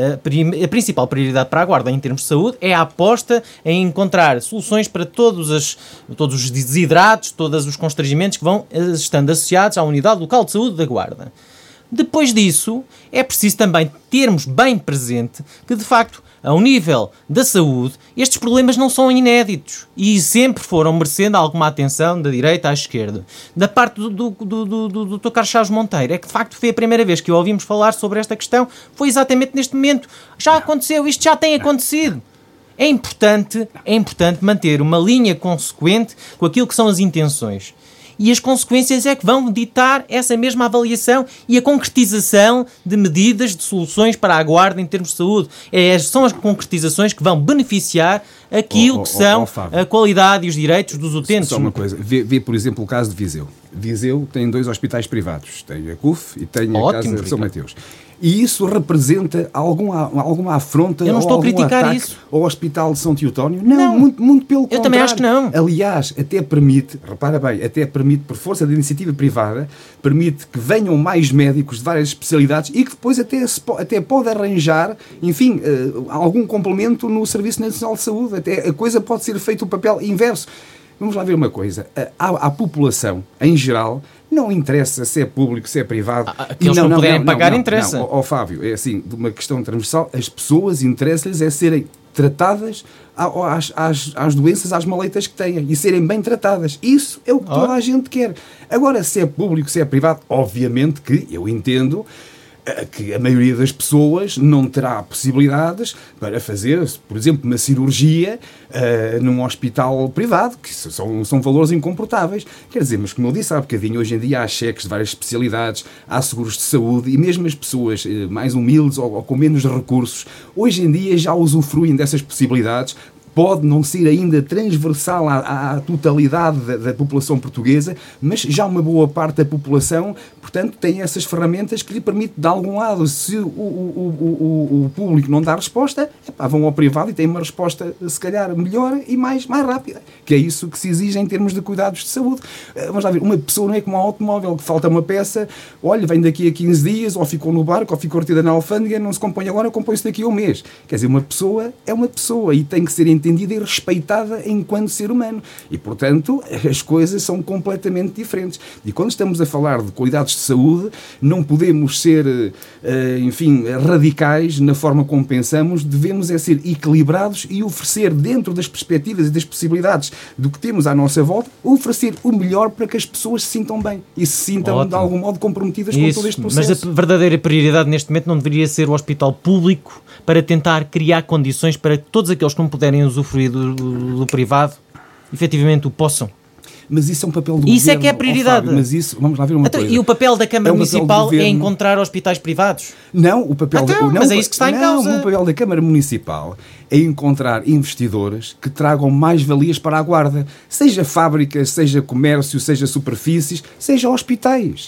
a principal prioridade para a Guarda em termos de saúde é a aposta em encontrar soluções para todos os desidratos, todos os constrangimentos que vão estando associados à Unidade Local de Saúde da Guarda. Depois disso, é preciso também termos bem presente que, de facto, ao nível da saúde, estes problemas não são inéditos e sempre foram merecendo alguma atenção da direita à esquerda. Da parte do Dr. Carlos Chaves Monteiro, é que de facto foi a primeira vez que ouvimos falar sobre esta questão, foi exatamente neste momento. Já aconteceu, isto já tem acontecido. É importante manter uma linha consequente com aquilo que são as intenções. E as consequências é que vão ditar essa mesma avaliação e a concretização de medidas, de soluções para a Guarda em termos de saúde. São as concretizações que vão beneficiar aquilo que são a qualidade e os direitos dos utentes. Só uma coisa, vê por exemplo o caso de Viseu. Viseu tem 2 hospitais privados, tem a CUF e tem a Casa de São Mateus. E isso representa alguma afronta ou algum ataque isso ao Hospital de São Teotónio? Não. Muito pelo contrário. Eu também acho que não. Aliás, até permite, repara bem, por força da iniciativa privada, permite que venham mais médicos de várias especialidades e que depois até pode arranjar, enfim, algum complemento no Serviço Nacional de Saúde. Até a coisa pode ser feita o papel inverso. Vamos lá ver uma coisa. À população, em geral, não interessa se é público, se é privado. Aqueles que não puderem pagar, interessa. Fábio, é assim, de uma questão transversal, as pessoas interessa-lhes é serem tratadas às doenças, às maleitas que têm e serem bem tratadas. Isso é o que toda a gente quer. Agora, se é público, se é privado, obviamente que eu entendo que a maioria das pessoas não terá possibilidades para fazer, por exemplo, uma cirurgia num hospital privado, que são valores incomportáveis. Quer dizer, mas como eu disse há bocadinho, hoje em dia há cheques de várias especialidades, há seguros de saúde e mesmo as pessoas mais humildes ou com menos recursos, hoje em dia já usufruem dessas possibilidades. Pode não ser ainda transversal à totalidade da população portuguesa, mas já uma boa parte da população, portanto, tem essas ferramentas que lhe permitem, de algum lado, se o público não dá resposta, vão ao privado e têm uma resposta, se calhar, melhor e mais rápida, que é isso que se exige em termos de cuidados de saúde. Vamos lá ver, uma pessoa não é como um automóvel, que falta uma peça, olha, vem daqui a 15 dias, ou ficou no barco, ou ficou retida na alfândega, não se compõe agora, compõe-se daqui a um mês. Quer dizer, uma pessoa é uma pessoa e tem que ser entendida e respeitada enquanto ser humano. E, portanto, as coisas são completamente diferentes. E quando estamos a falar de cuidados de saúde, não podemos ser, enfim, radicais na forma como pensamos, devemos ser equilibrados e oferecer, dentro das perspectivas e das possibilidades do que temos à nossa volta, oferecer o melhor para que as pessoas se sintam bem e se sintam, de algum modo, comprometidas com todo este processo. Mas a verdadeira prioridade neste momento não deveria ser o hospital público para tentar criar condições para que todos aqueles que não puderem usufruir do privado, efetivamente o possam. Mas isso é um papel do governo. Isso é que é a prioridade. Fábio, mas isso, vamos lá ver uma coisa. E o papel da Câmara Municipal é encontrar hospitais privados? Não, o papel mas é isso que está em causa. Não, o papel da Câmara Municipal é encontrar investidores que tragam mais valias para a Guarda. Seja fábricas, seja comércio, seja superfícies, seja hospitais.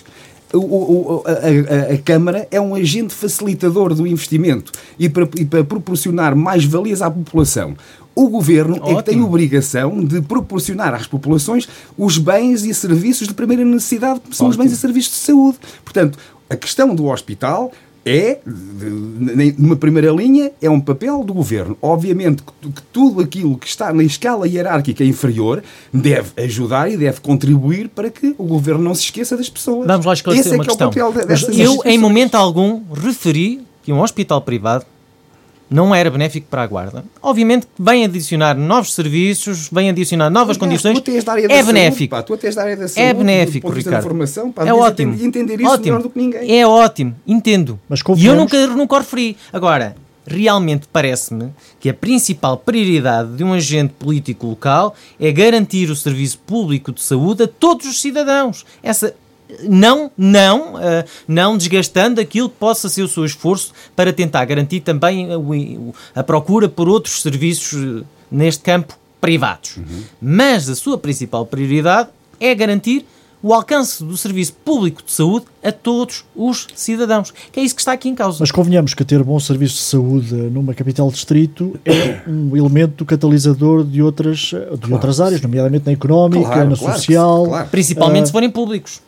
a Câmara é um agente facilitador do investimento e para proporcionar mais valias à população. O Governo é que tem a obrigação de proporcionar às populações os bens e serviços de primeira necessidade, como são os bens e serviços de saúde. Portanto, a questão do hospital é, numa primeira linha, é um papel do Governo. Obviamente que tudo aquilo que está na escala hierárquica inferior deve ajudar e deve contribuir para que o Governo não se esqueça das pessoas. Vamos lá esclarecer uma questão. Eu, em momento algum, referi que um hospital privado não era benéfico para a Guarda. Obviamente que vem adicionar novos serviços, vem adicionar novas condições. É benéfico. Tu tens da área da saúde, é benéfico, Ricardo. É ótimo. Entender isso melhor do que ninguém. É ótimo, entendo. Mas e eu nunca referi. Agora, realmente parece-me que a principal prioridade de um agente político local é garantir o serviço público de saúde a todos os cidadãos. Não desgastando aquilo que possa ser o seu esforço para tentar garantir também a procura por outros serviços neste campo privados. Mas a sua principal prioridade é garantir o alcance do serviço público de saúde a todos os cidadãos, que é isso que está aqui em causa. Mas convenhamos que ter bom serviço de saúde numa capital distrito é um elemento catalisador de outras áreas, nomeadamente na económica, na social. Principalmente se forem públicos.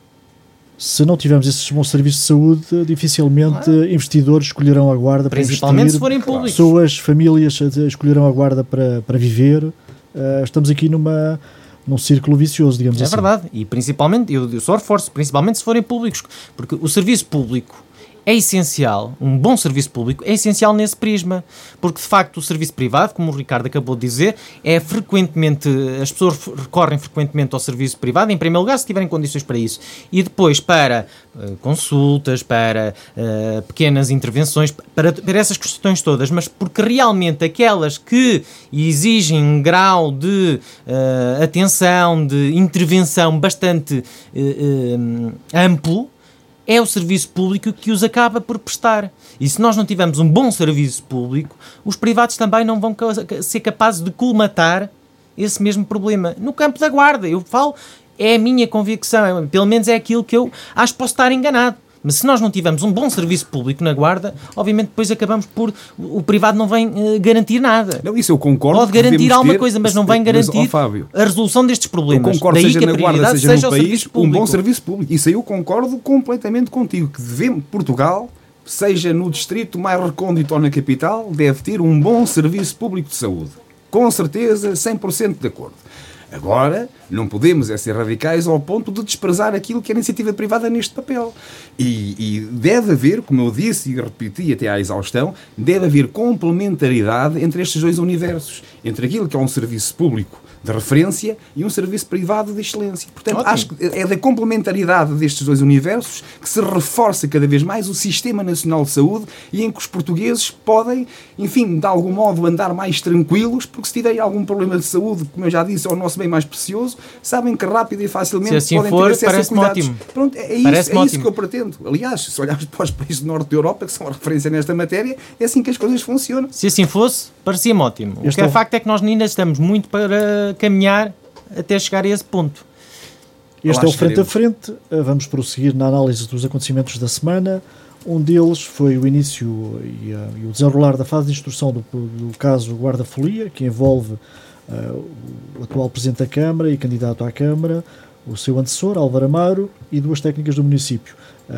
Se não tivermos esses bons serviços de saúde, dificilmente investidores escolherão a Guarda para investir. Principalmente se forem públicos. Pessoas, famílias escolherão a Guarda para viver. Estamos aqui num círculo vicioso, digamos assim. É verdade. E principalmente, eu só reforço, principalmente se forem públicos. Porque o serviço público é essencial, um bom serviço público é essencial nesse prisma, porque de facto o serviço privado, como o Ricardo acabou de dizer, as pessoas recorrem frequentemente ao serviço privado, em primeiro lugar se tiverem condições para isso, e depois para consultas, para pequenas intervenções, para essas questões todas, mas porque realmente aquelas que exigem um grau de atenção, de intervenção bastante amplo, é o serviço público que os acaba por prestar. E se nós não tivermos um bom serviço público, os privados também não vão ser capazes de colmatar esse mesmo problema. No campo da Guarda, eu falo, é a minha convicção, pelo menos é aquilo que eu acho que posso estar enganado. Mas se nós não tivermos um bom serviço público na Guarda, obviamente depois acabamos por... O privado não vem garantir nada. Não, isso eu concordo. Pode garantir alguma coisa, mas não vem garantir a resolução destes problemas. Eu concordo, seja na Guarda, seja no país, um bom serviço público. Isso aí eu concordo completamente contigo, que Portugal, seja no distrito mais recôndito ou na capital, deve ter um bom serviço público de saúde. Com certeza, 100% de acordo. Agora, não podemos ser radicais ao ponto de desprezar aquilo que é a iniciativa privada neste papel. E deve haver, como eu disse e repeti até à exaustão, deve haver complementaridade entre estes dois universos. Entre aquilo que é um serviço público de referência e um serviço privado de excelência. Portanto, acho que é da complementaridade destes dois universos que se reforça cada vez mais o Sistema Nacional de Saúde e em que os portugueses podem, enfim, de algum modo andar mais tranquilos, porque se tiverem algum problema de saúde, como eu já disse, é o nosso bem mais precioso, sabem que rápido e facilmente assim podem ter acesso a cuidados. Ótimo. Pronto, é isso que eu pretendo. Aliás, se olharmos para os países do norte da Europa, que são a referência nesta matéria, é assim que as coisas funcionam. Se assim fosse, parecia-me ótimo. O que é facto é que nós ainda estamos muito para caminhar até chegar a esse ponto. Este é o Frente a Frente. Vamos prosseguir na análise dos acontecimentos da semana. Um deles foi o início e o desenrolar da fase de instrução do caso Guarda-Folia, que envolve o atual Presidente da Câmara e candidato à Câmara, o seu antecessor, Álvaro Amaro, e duas técnicas do município.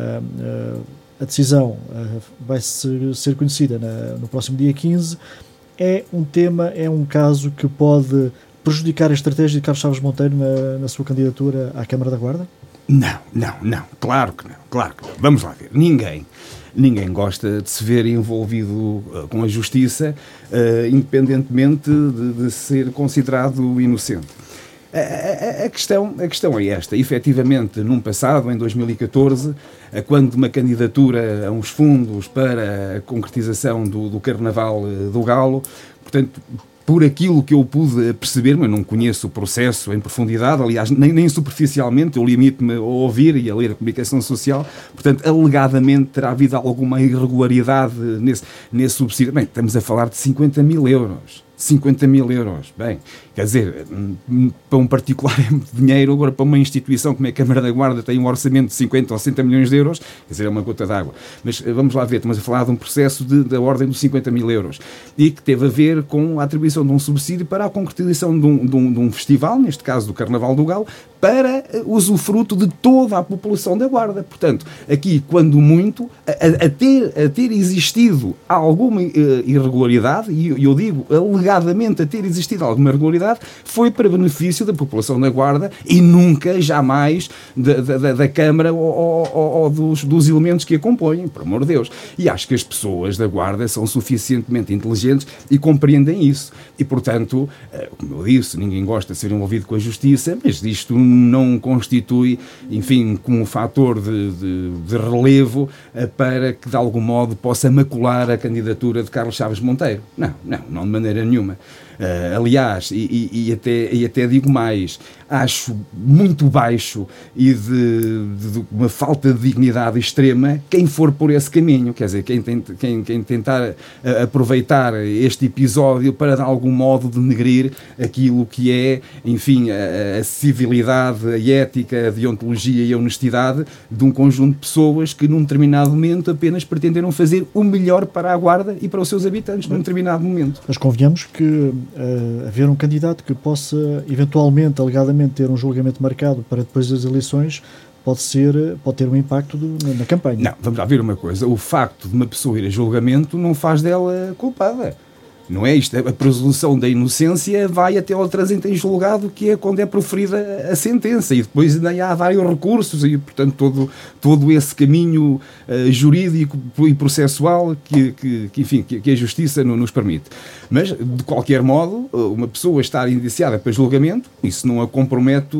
A decisão vai ser conhecida no próximo dia 15. É um caso que pode prejudicar a estratégia de Carlos Chaves Monteiro na sua candidatura à Câmara da Guarda? Não. Claro que não. Vamos lá ver. Ninguém gosta de se ver envolvido com a justiça, independentemente de ser considerado inocente. A questão é esta. Efetivamente, num passado, em 2014, quando uma candidatura a uns fundos para a concretização do Carnaval do Galo, portanto, por aquilo que eu pude perceber, mas não conheço o processo em profundidade, aliás, nem superficialmente, eu limito-me a ouvir e a ler a comunicação social, portanto, alegadamente terá havido alguma irregularidade nesse subsídio. Bem, estamos a falar de 50 mil euros. 50 mil euros. Bem, quer dizer, para um particular é muito dinheiro, agora para uma instituição como é a Câmara da Guarda tem um orçamento de 50 ou 60 milhões de euros, quer dizer, é uma gota d'água. Mas vamos lá ver, estamos a falar de um processo da ordem dos 50 mil euros e que teve a ver com a atribuição de um subsídio para a concretização de um festival, neste caso do Carnaval do Galo, para usufruto de toda a população da Guarda. Portanto, aqui, quando muito, a ter existido alguma irregularidade, e eu digo alegadamente a ter existido alguma irregularidade, foi para benefício da população da Guarda e nunca, jamais, da Câmara ou dos elementos que a compõem, por amor de Deus. E acho que as pessoas da Guarda são suficientemente inteligentes e compreendem isso. E, portanto, como eu disse, ninguém gosta de ser envolvido com a justiça, mas isto não constitui, enfim, como um fator de relevo para que, de algum modo, possa macular a candidatura de Carlos Chaves Monteiro. Não de maneira nenhuma. Aliás, e até digo mais, acho muito baixo e de uma falta de dignidade extrema quem for por esse caminho, quer dizer, quem tentar aproveitar este episódio para de algum modo denegrir aquilo que é, enfim, a civilidade, a ética, a deontologia e a honestidade de um conjunto de pessoas que num determinado momento apenas pretenderam fazer o melhor para a Guarda e para os seus habitantes num determinado momento. Mas convenhamos que haver um candidato que possa eventualmente, alegadamente, ter um julgamento marcado para depois das eleições pode ter um impacto na campanha. Não, vamos lá ver uma coisa. O facto de uma pessoa ir a julgamento não faz dela culpada. Não é isto? A presunção da inocência vai até ao trânsito em julgado, que é quando é proferida a sentença, e depois ainda há vários recursos e, portanto, todo esse caminho jurídico e processual que a Justiça nos permite. Mas, de qualquer modo, uma pessoa estar indiciada para julgamento, isso não a compromete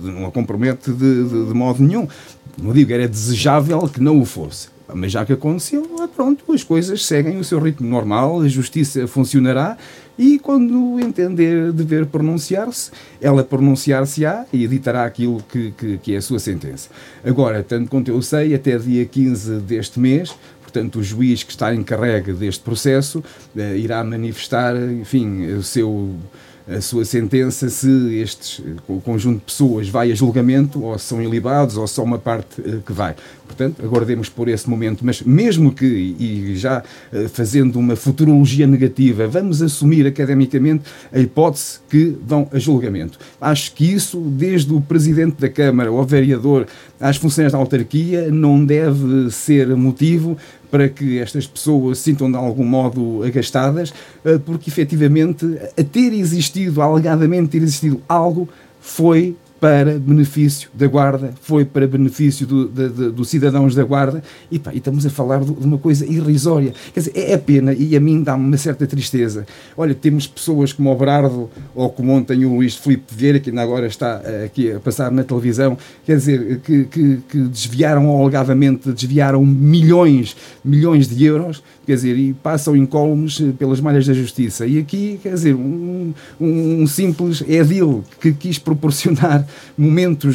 de modo nenhum. Não digo, era desejável que não o fosse. Mas já que aconteceu, pronto, as coisas seguem o seu ritmo normal, a justiça funcionará e quando entender dever pronunciar-se, ela pronunciar-se-á e editará aquilo que é a sua sentença. Agora, tanto quanto eu sei, até dia 15 deste mês, portanto, o juiz que está encarregue deste processo irá manifestar, enfim, a sua sentença, se o conjunto de pessoas vai a julgamento, ou se são ilibados, ou só uma parte que vai. Portanto, aguardemos por esse momento. Mas mesmo que, e já fazendo uma futurologia negativa, vamos assumir academicamente a hipótese que vão a julgamento. Acho que isso, desde o Presidente da Câmara ao vereador, às funções da autarquia, não deve ser motivo para que estas pessoas se sintam de algum modo agastadas, porque efetivamente alegadamente ter existido algo, foi para benefício da Guarda, foi para benefício dos cidadãos da Guarda, e estamos a falar de uma coisa irrisória. Quer dizer, é pena, e a mim dá-me uma certa tristeza. Olha, temos pessoas como o Berardo, ou como ontem o Luís Filipe Vieira, que ainda agora está aqui a passar na televisão, quer dizer, que alegadamente desviaram milhões de euros, quer dizer, e passam incólumes pelas malhas da justiça. E aqui, quer dizer, um simples edil que quis proporcionar momentos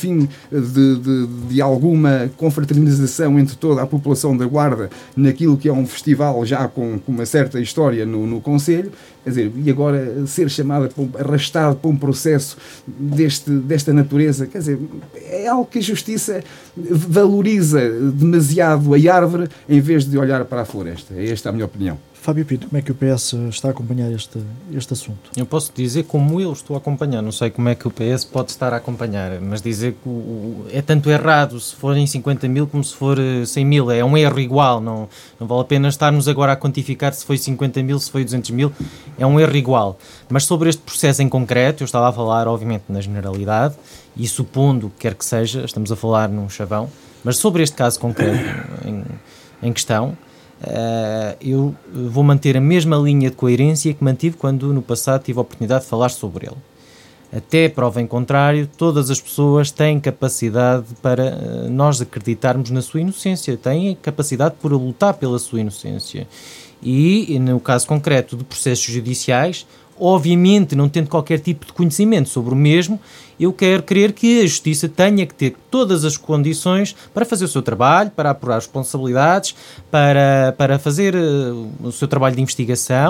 de alguma confraternização entre toda a população da Guarda naquilo que é um festival já com uma certa história no Concelho, quer dizer, e agora ser arrastado para um processo desta natureza, quer dizer, é algo que a Justiça valoriza demasiado a árvore em vez de olhar para a floresta. É esta a minha opinião. Fábio Pinto, como é que o PS está a acompanhar este assunto? Eu posso dizer como eu estou a acompanhar, não sei como é que o PS pode estar a acompanhar, mas dizer que é tanto errado se forem 50 mil como se for 100 mil, é um erro igual, não vale a pena estarmos agora a quantificar se foi 50 mil, se foi 200 mil, é um erro igual. Mas sobre este processo em concreto, eu estava a falar obviamente na generalidade, e supondo que quer que seja, estamos a falar num chavão, mas sobre este caso concreto em questão, eu vou manter a mesma linha de coerência que mantive quando no passado tive a oportunidade de falar sobre ele. Até prova em contrário, todas as pessoas têm capacidade para nós acreditarmos na sua inocência, têm capacidade para lutar pela sua inocência. E no caso concreto de processos judiciais, obviamente não tendo qualquer tipo de conhecimento sobre o mesmo, eu quero crer que a Justiça tenha que ter todas as condições para fazer o seu trabalho, para apurar responsabilidades, para fazer o seu trabalho de investigação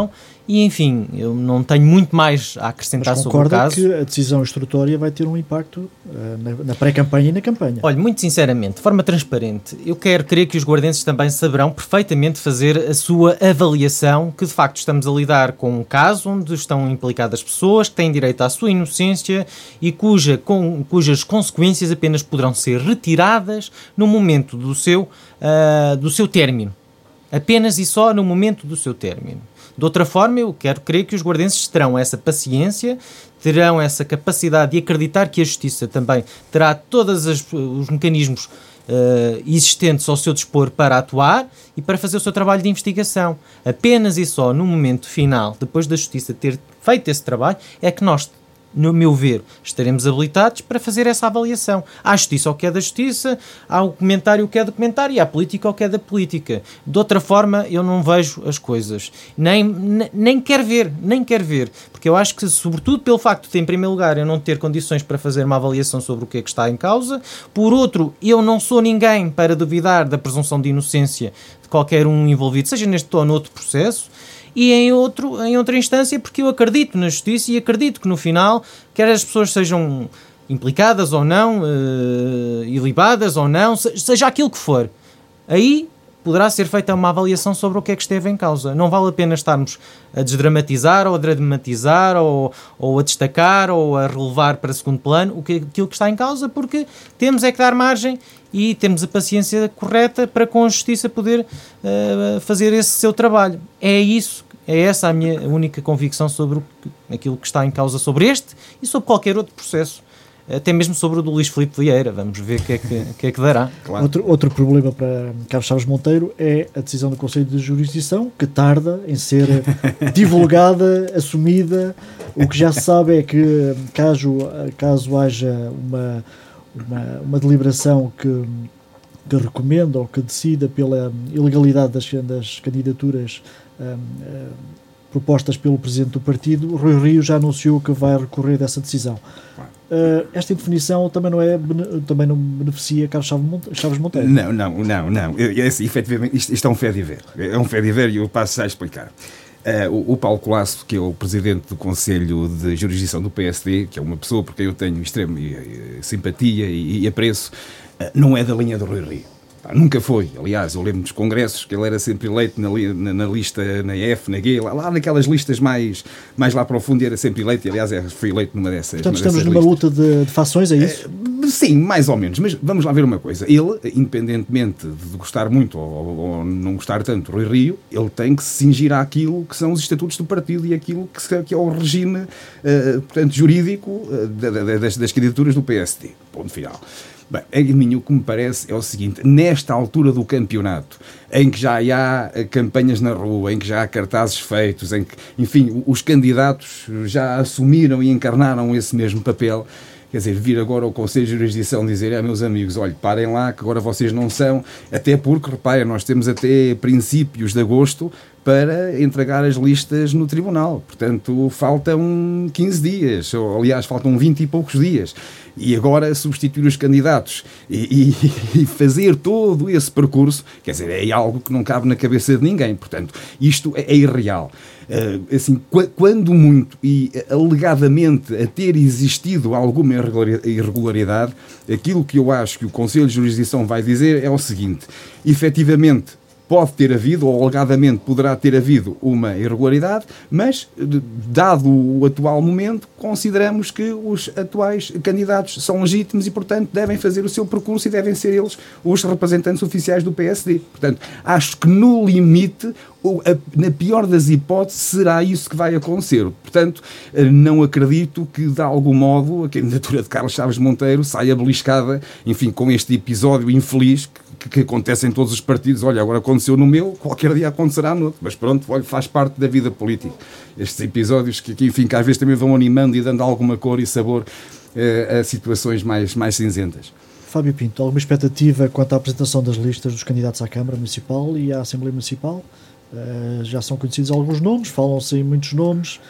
E, enfim, eu não tenho muito mais a acrescentar sobre o caso. Mas concorda que a decisão instrutória vai ter um impacto na pré-campanha e na campanha? Olha, muito sinceramente, de forma transparente, eu quero crer que os guardenses também saberão perfeitamente fazer a sua avaliação, que de facto estamos a lidar com um caso onde estão implicadas pessoas que têm direito à sua inocência e cujas consequências apenas poderão ser retiradas no momento do seu término. Apenas e só no momento do seu término. De outra forma, eu quero crer que os guardenses terão essa paciência, terão essa capacidade de acreditar que a Justiça também terá todos os mecanismos existentes ao seu dispor para atuar e para fazer o seu trabalho de investigação. Apenas e só no momento final, depois da Justiça ter feito esse trabalho, é que nós, no meu ver, estaremos habilitados para fazer essa avaliação. Há a Justiça o que é da Justiça, há o comentário o que é do comentário e há a política o que é da política. De outra forma, eu não vejo as coisas. Nem quero ver, porque eu acho que, sobretudo pelo facto de, em primeiro lugar, eu não ter condições para fazer uma avaliação sobre o que é que está em causa, por outro, eu não sou ninguém para duvidar da presunção de inocência de qualquer um envolvido, seja neste ou noutro processo, e em outra instância, porque eu acredito na Justiça e acredito que no final, quer as pessoas sejam implicadas ou não, ilibadas ou não, seja aquilo que for, aí poderá ser feita uma avaliação sobre o que é que esteve em causa. Não vale a pena estarmos a desdramatizar ou a dramatizar ou a destacar ou a relevar para segundo plano aquilo que está em causa, porque temos é que dar margem e temos a paciência correta para com a Justiça poder fazer esse seu trabalho. É essa a minha única convicção sobre aquilo que está em causa sobre este e sobre qualquer outro processo. Até mesmo sobre o do Luís Filipe Vieira. Vamos ver o que é que dará. Claro. Outro problema para Carlos Chaves Monteiro é a decisão do Conselho de Jurisdição, que tarda em ser divulgada, assumida. O que já se sabe é que caso haja uma deliberação que recomenda ou que decida pela ilegalidade das candidaturas propostas pelo Presidente do Partido, Rui Rio já anunciou que vai recorrer dessa decisão. Esta indefinição também não beneficia Carlos Chaves Monteiro. Não. Efetivamente, isto é um fé de ver. É um fé de ver e eu passo a explicar. O Paulo Colasso, que é o Presidente do Conselho de Jurisdição do PSD, que é uma pessoa por quem eu tenho extrema simpatia e apreço, não é da linha do Rui Rio. Nunca foi. Aliás, eu lembro dos congressos que ele era sempre eleito na lista, na F, na G, lá naquelas listas mais lá para o fundo, era sempre eleito e, aliás, foi eleito numa dessas. Portanto, estamos numa luta de fações, é isso? Sim, mais ou menos. Mas vamos lá ver uma coisa. Ele, independentemente de gostar muito ou não gostar tanto do Rui Rio, ele tem que se cingir àquilo que são os estatutos do partido e aquilo que é o regime portanto, jurídico das candidaturas do PSD. Ponto final. Bem, a mim o que me parece é o seguinte: nesta altura do campeonato, em que já há campanhas na rua, em que já há cartazes feitos, em que, enfim, os candidatos já assumiram e encarnaram esse mesmo papel, quer dizer, vir agora ao Conselho de Jurisdição dizer, meus amigos, olha, parem lá, que agora vocês não são, até porque, reparem, nós temos até princípios de agosto para entregar as listas no Tribunal. Portanto, faltam 15 dias, ou aliás, faltam 20 e poucos dias. E agora substituir os candidatos e fazer todo esse percurso, quer dizer, é algo que não cabe na cabeça de ninguém. Portanto, isto é irreal. Assim, quando muito e alegadamente a ter existido alguma irregularidade, aquilo que eu acho que o Conselho de Jurisdição vai dizer é o seguinte: efetivamente, pode ter havido, ou alegadamente poderá ter havido uma irregularidade, mas, dado o atual momento, consideramos que os atuais candidatos são legítimos e, portanto, devem fazer o seu percurso e devem ser eles os representantes oficiais do PSD. Portanto, acho que no limite, na pior das hipóteses, será isso que vai acontecer. Portanto, não acredito que, de algum modo, a candidatura de Carlos Chaves Monteiro saia beliscada, enfim, com este episódio infeliz que acontece em todos os partidos. Olha, agora aconteceu no meu, qualquer dia acontecerá no outro, mas pronto, olha, faz parte da vida política. Estes episódios que enfim, que às vezes também vão animando e dando alguma cor e sabor a situações mais cinzentas. Fábio Pinto, alguma expectativa quanto à apresentação das listas dos candidatos à Câmara Municipal e à Assembleia Municipal? Já são conhecidos alguns nomes, falam-se em muitos nomes.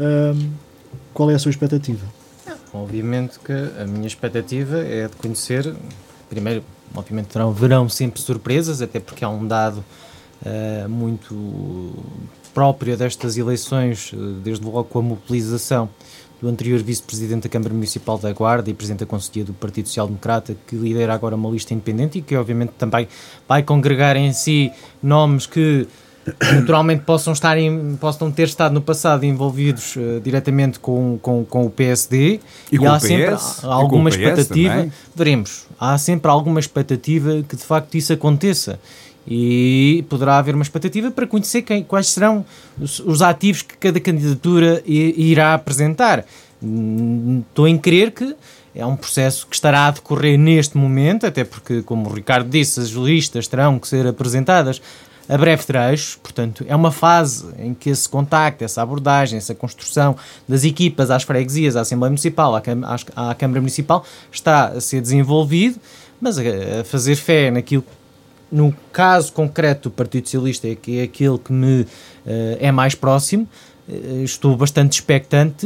Qual é a sua expectativa? Obviamente que a minha expectativa é de conhecer, primeiro, obviamente haverão sempre surpresas, até porque há um dado muito própria destas eleições, desde logo com a mobilização do anterior vice-presidente da Câmara Municipal da Guarda e presidente da Conselhia do Partido Social Democrata, que lidera agora uma lista independente e que obviamente também vai congregar em si nomes que naturalmente possam ter estado no passado envolvidos diretamente com o PSD, e há sempre alguma expectativa também. Veremos, há sempre alguma expectativa que de facto isso aconteça, e poderá haver uma expectativa para conhecer quais serão os ativos que cada candidatura irá apresentar. Estou em crer que é um processo que estará a decorrer neste momento, até porque, como o Ricardo disse, as listas terão que ser apresentadas a breve trecho, portanto é uma fase em que esse contacto, essa abordagem, essa construção das equipas às freguesias, à Assembleia Municipal, à Câmara Municipal, está a ser desenvolvido, mas a fazer fé naquilo, no caso concreto do Partido Socialista, que é aquele que me é mais próximo, estou bastante expectante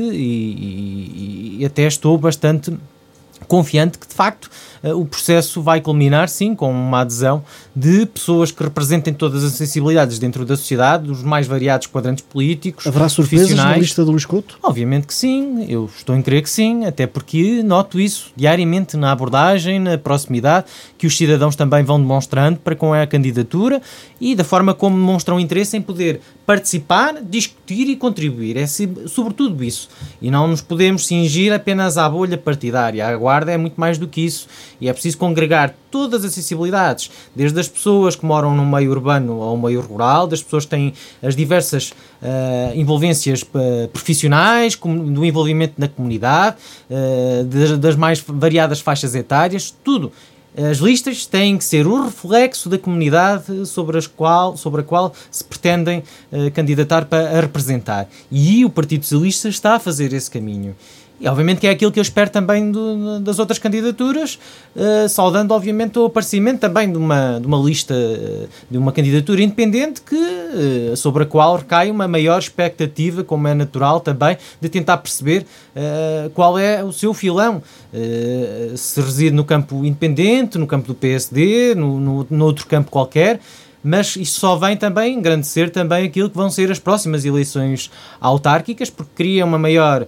e até estou bastante confiante que de facto o processo vai culminar sim com uma adesão de pessoas que representem todas as sensibilidades dentro da sociedade, dos mais variados quadrantes políticos. Haverá surpresas na lista do Luís Couto? Obviamente que sim, eu estou em crer que sim, até porque noto isso diariamente na abordagem, na proximidade que os cidadãos também vão demonstrando para com a candidatura e da forma como demonstram interesse em poder participar, discutir e contribuir. É sobretudo isso. E não nos podemos cingir apenas à bolha partidária. A Guarda é muito mais do que isso. E é preciso congregar todas as sensibilidades, desde as pessoas que moram no meio urbano ao meio rural, das pessoas que têm as diversas envolvências profissionais, do envolvimento na comunidade, das mais variadas faixas etárias, tudo. As listas têm que ser o reflexo da comunidade sobre a qual se pretendem candidatar para representar. E o Partido Socialista está a fazer esse caminho. E obviamente que é aquilo que eu espero também das outras candidaturas, saudando obviamente o aparecimento também de uma lista, de uma candidatura independente sobre a qual recai uma maior expectativa, como é natural também, de tentar perceber qual é o seu filão, se reside no campo independente, no campo do PSD, no outro campo qualquer. Mas isto só vem também engrandecer também aquilo que vão ser as próximas eleições autárquicas, porque cria uma maior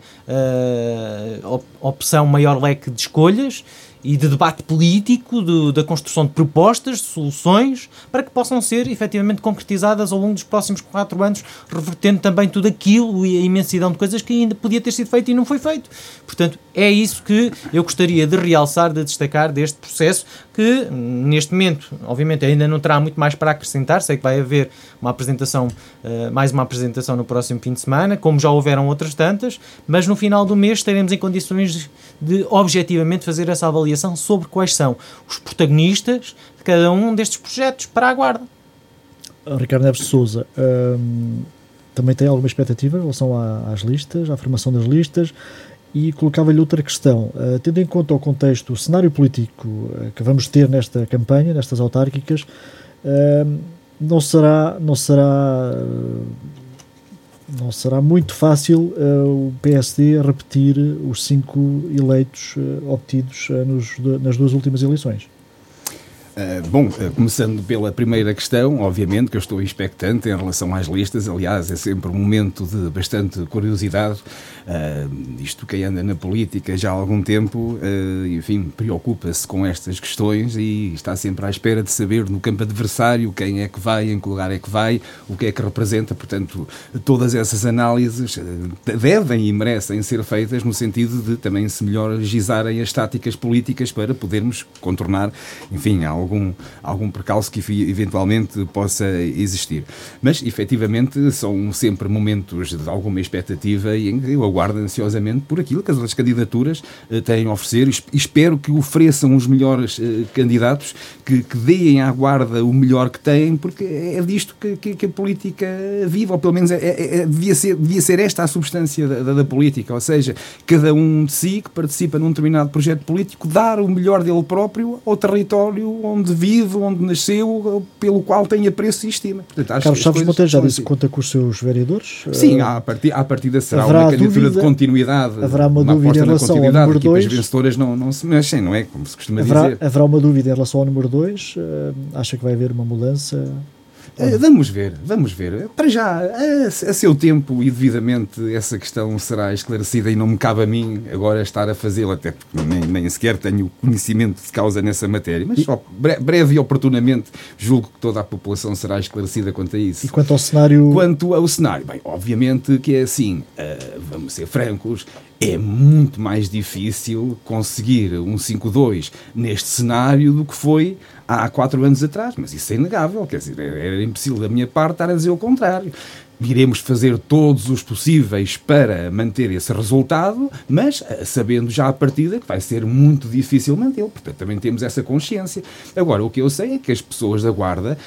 opção, um maior leque de escolhas e de debate político, da construção de propostas, de soluções, para que possam ser efetivamente concretizadas ao longo dos próximos 4 anos, revertendo também tudo aquilo e a imensidão de coisas que ainda podia ter sido feito e não foi feito. Portanto, é isso que eu gostaria de realçar, de destacar deste processo, que neste momento, obviamente, ainda não terá muito mais para acrescentar. Sei que vai haver uma apresentação, mais uma apresentação no próximo fim de semana, como já houveram outras tantas, mas no final do mês estaremos em condições de objetivamente fazer essa avaliação sobre quais são os protagonistas de cada um destes projetos para a Guarda. Ricardo Neves de Sousa, também tem alguma expectativa em relação às listas, à formação das listas, e colocava-lhe outra questão, tendo em conta o contexto, o cenário político que vamos ter nesta campanha, nestas autárquicas, não será muito fácil o PSD repetir os 5 eleitos obtidos nas 2 últimas eleições. Começando pela primeira questão, obviamente que eu estou expectante em relação às listas. Aliás, é sempre um momento de bastante curiosidade. Isto, quem anda na política já há algum tempo, enfim, preocupa-se com estas questões e está sempre à espera de saber no campo adversário quem é que vai, em que lugar é que vai, o que é que representa. Portanto, todas essas análises devem e merecem ser feitas no sentido de também se melhor gizarem as táticas políticas para podermos contornar, enfim, algum percalço que eventualmente possa existir. Mas, efetivamente, são sempre momentos de alguma expectativa e em que eu aguardo ansiosamente por aquilo que as outras candidaturas têm a oferecer. Espero que ofereçam os melhores candidatos, que deem à Guarda o melhor que têm, porque é disto que a política vive, ou pelo menos devia ser esta a substância da política, ou seja, cada um de si que participa num determinado projeto político dar o melhor dele próprio ao território onde vive, onde nasceu, pelo qual tem apreço e estima. Portanto, Carlos Chaves Monteiro já disse que conta com os seus vereadores? Sim, à partida será uma candidatura de continuidade. Haverá uma dúvida em relação ao número 2? As vencedoras não se mexem, não é? Como se costuma dizer. Haverá uma dúvida em relação ao número 2? Acha que vai haver uma mudança? Vamos ver. Para já, a seu tempo e devidamente, essa questão será esclarecida e não me cabe a mim agora estar a fazê-la, até porque nem sequer tenho conhecimento de causa nessa matéria. Mas só breve e oportunamente julgo que toda a população será esclarecida quanto a isso. E quanto ao cenário? Quanto ao cenário, bem, obviamente que é assim, vamos ser francos, é muito mais difícil conseguir um 5-2 neste cenário do que foi há 4 anos atrás, mas isso é inegável, quer dizer, era impossível da minha parte estar a dizer o contrário. Iremos fazer todos os possíveis para manter esse resultado, mas sabendo já à partida que vai ser muito difícil mantê-lo. Portanto, também temos essa consciência. Agora, o que eu sei é que as pessoas da Guarda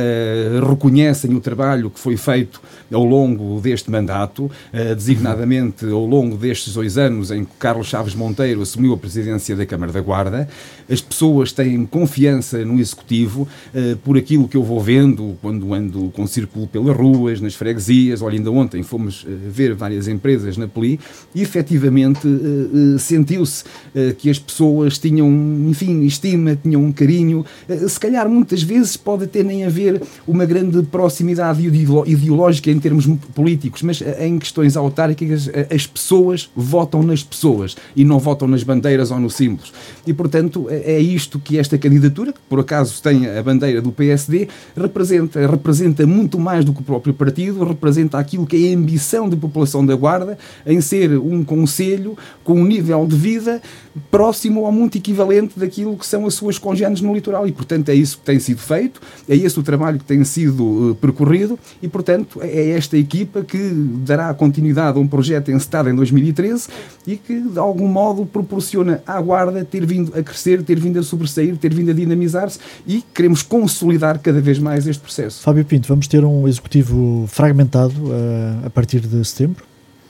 reconhecem o trabalho que foi feito ao longo deste mandato, designadamente ao longo destes 2 anos em que Carlos Chaves Monteiro assumiu a presidência da Câmara da Guarda. As pessoas têm confiança no Executivo, por aquilo que eu vou vendo quando ando com círculo pelas ruas, nas freguesias. Olha, ainda ontem fomos ver várias empresas na Peli e efetivamente sentiu-se que as pessoas tinham, enfim, estima, tinham um carinho. Se calhar muitas vezes pode até nem haver uma grande proximidade ideológica em termos políticos, mas em questões autárquicas as pessoas votam nas pessoas e não votam nas bandeiras ou nos símbolos. E portanto é isto que esta candidatura, que por acaso tem a bandeira do PSD, representa muito mais do que o próprio partido, representa aquilo que é a ambição da população da Guarda em ser um concelho com um nível de vida próximo ou muito equivalente daquilo que são as suas congêneres no litoral e, portanto, é isso que tem sido feito, é esse o trabalho que tem sido percorrido e, portanto, é esta equipa que dará continuidade a um projeto encetado em 2013 e que, de algum modo, proporciona à Guarda ter vindo a crescer, ter vindo a sobressair, ter vindo a dinamizar-se e queremos consolidar cada vez mais este processo. Fábio Pinto, vamos ter um executivo fragmentado a partir de setembro?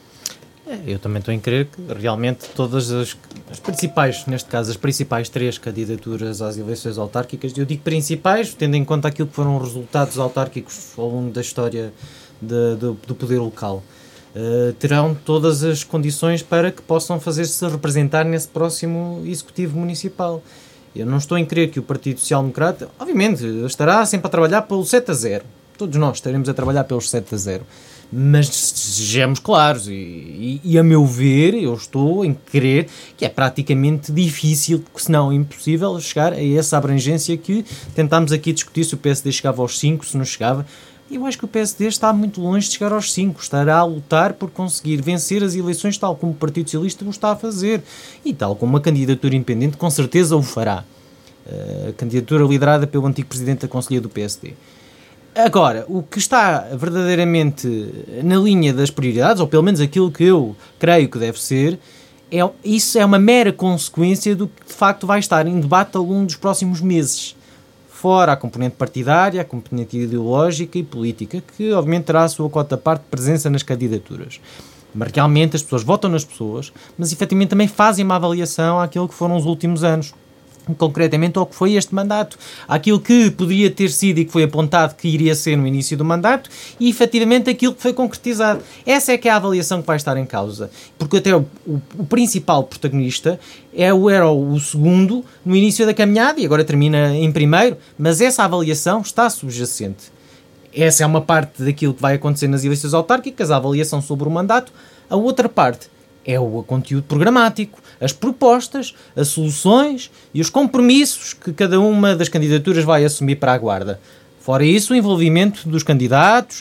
Eu também estou em crer que realmente todas as principais, neste caso as principais 3 candidaturas às eleições autárquicas, eu digo principais, tendo em conta aquilo que foram os resultados autárquicos ao longo da história do poder local, terão todas as condições para que possam fazer-se representar nesse próximo Executivo Municipal. Eu não estou em crer que o Partido Social Democrata, obviamente, estará sempre a trabalhar pelo 7-0. Todos nós estaremos a trabalhar pelos 7-0. Mas sejamos claros, e a meu ver, eu estou em crer que é praticamente difícil, se não impossível, chegar a essa abrangência que tentámos aqui discutir se o PSD chegava aos 5, se não chegava. Eu acho que o PSD está muito longe de chegar aos 5, estará a lutar por conseguir vencer as eleições tal como o Partido Socialista o está a fazer e tal como uma candidatura independente com certeza o fará. A candidatura liderada pelo antigo Presidente da Conselhia do PSD. Agora, o que está verdadeiramente na linha das prioridades, ou pelo menos aquilo que eu creio que deve ser, isso é uma mera consequência do que de facto vai estar em debate ao longo dos próximos meses. Fora a componente partidária, a componente ideológica e política, que obviamente terá a sua cota parte de presença nas candidaturas. Mas realmente as pessoas votam nas pessoas, mas efetivamente também fazem uma avaliação àquilo que foram os últimos anos. Concretamente ao que foi este mandato, àquilo que poderia ter sido e que foi apontado que iria ser no início do mandato e efetivamente aquilo que foi concretizado. Essa é que é a avaliação que vai estar em causa, porque até o principal protagonista era o segundo no início da caminhada e agora termina em primeiro, mas essa avaliação está subjacente. Essa é uma parte daquilo que vai acontecer nas eleições autárquicas, a avaliação sobre o mandato. A outra parte é o conteúdo programático, as propostas, as soluções e os compromissos que cada uma das candidaturas vai assumir para a Guarda. Fora isso, o envolvimento dos candidatos,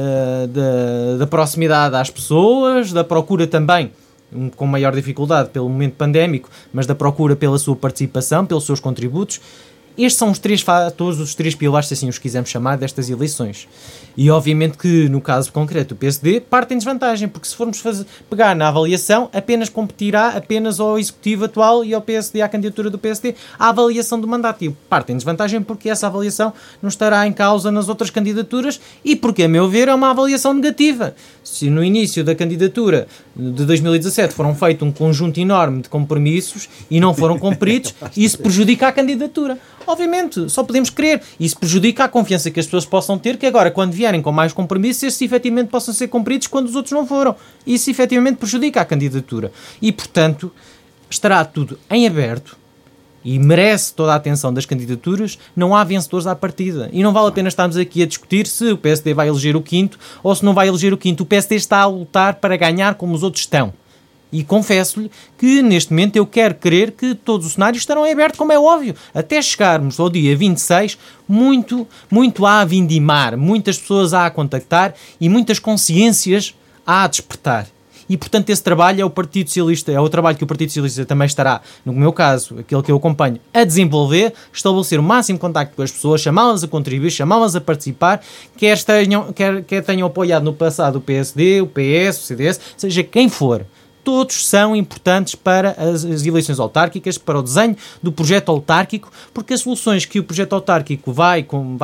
da proximidade às pessoas, da procura também, com maior dificuldade pelo momento pandémico, mas da procura pela sua participação, pelos seus contributos. Estes são os 3 fatores, os 3 pilares, se assim os quisermos chamar, destas eleições. E obviamente que, no caso concreto do PSD, parte em desvantagem, porque se formos pegar na avaliação, apenas competirá apenas ao Executivo atual e ao PSD, à candidatura do PSD, a avaliação do mandato. E parte em desvantagem porque essa avaliação não estará em causa nas outras candidaturas e porque, a meu ver, é uma avaliação negativa. Se no início da candidatura de 2017 foram feitos um conjunto enorme de compromissos e não foram cumpridos, isso prejudica a candidatura. Obviamente, só podemos crer. Isso prejudica a confiança que as pessoas possam ter que agora, quando vierem com mais compromissos, esses efetivamente possam ser cumpridos quando os outros não foram. Isso efetivamente prejudica a candidatura. E, portanto, estará tudo em aberto e merece toda a atenção das candidaturas, não há vencedores à partida. E não vale a pena estarmos aqui a discutir se o PSD vai eleger o quinto ou se não vai eleger o quinto. O PSD está a lutar para ganhar como os outros estão. E confesso-lhe que, neste momento, eu quero crer que todos os cenários estarão em aberto, como é óbvio. Até chegarmos ao dia 26, muito há a vindimar, muitas pessoas há a contactar e muitas consciências há a despertar. E, portanto, esse trabalho é o Partido Socialista, é o trabalho que o Partido Socialista também estará, no meu caso, aquele que eu acompanho, a desenvolver, estabelecer o máximo contacto com as pessoas, chamá-las a contribuir, chamá-las a participar, quer tenham apoiado no passado o PSD, o PS, o CDS, seja quem for. Todos são importantes para as eleições autárquicas, para o desenho do projeto autárquico, porque as soluções que o projeto autárquico vai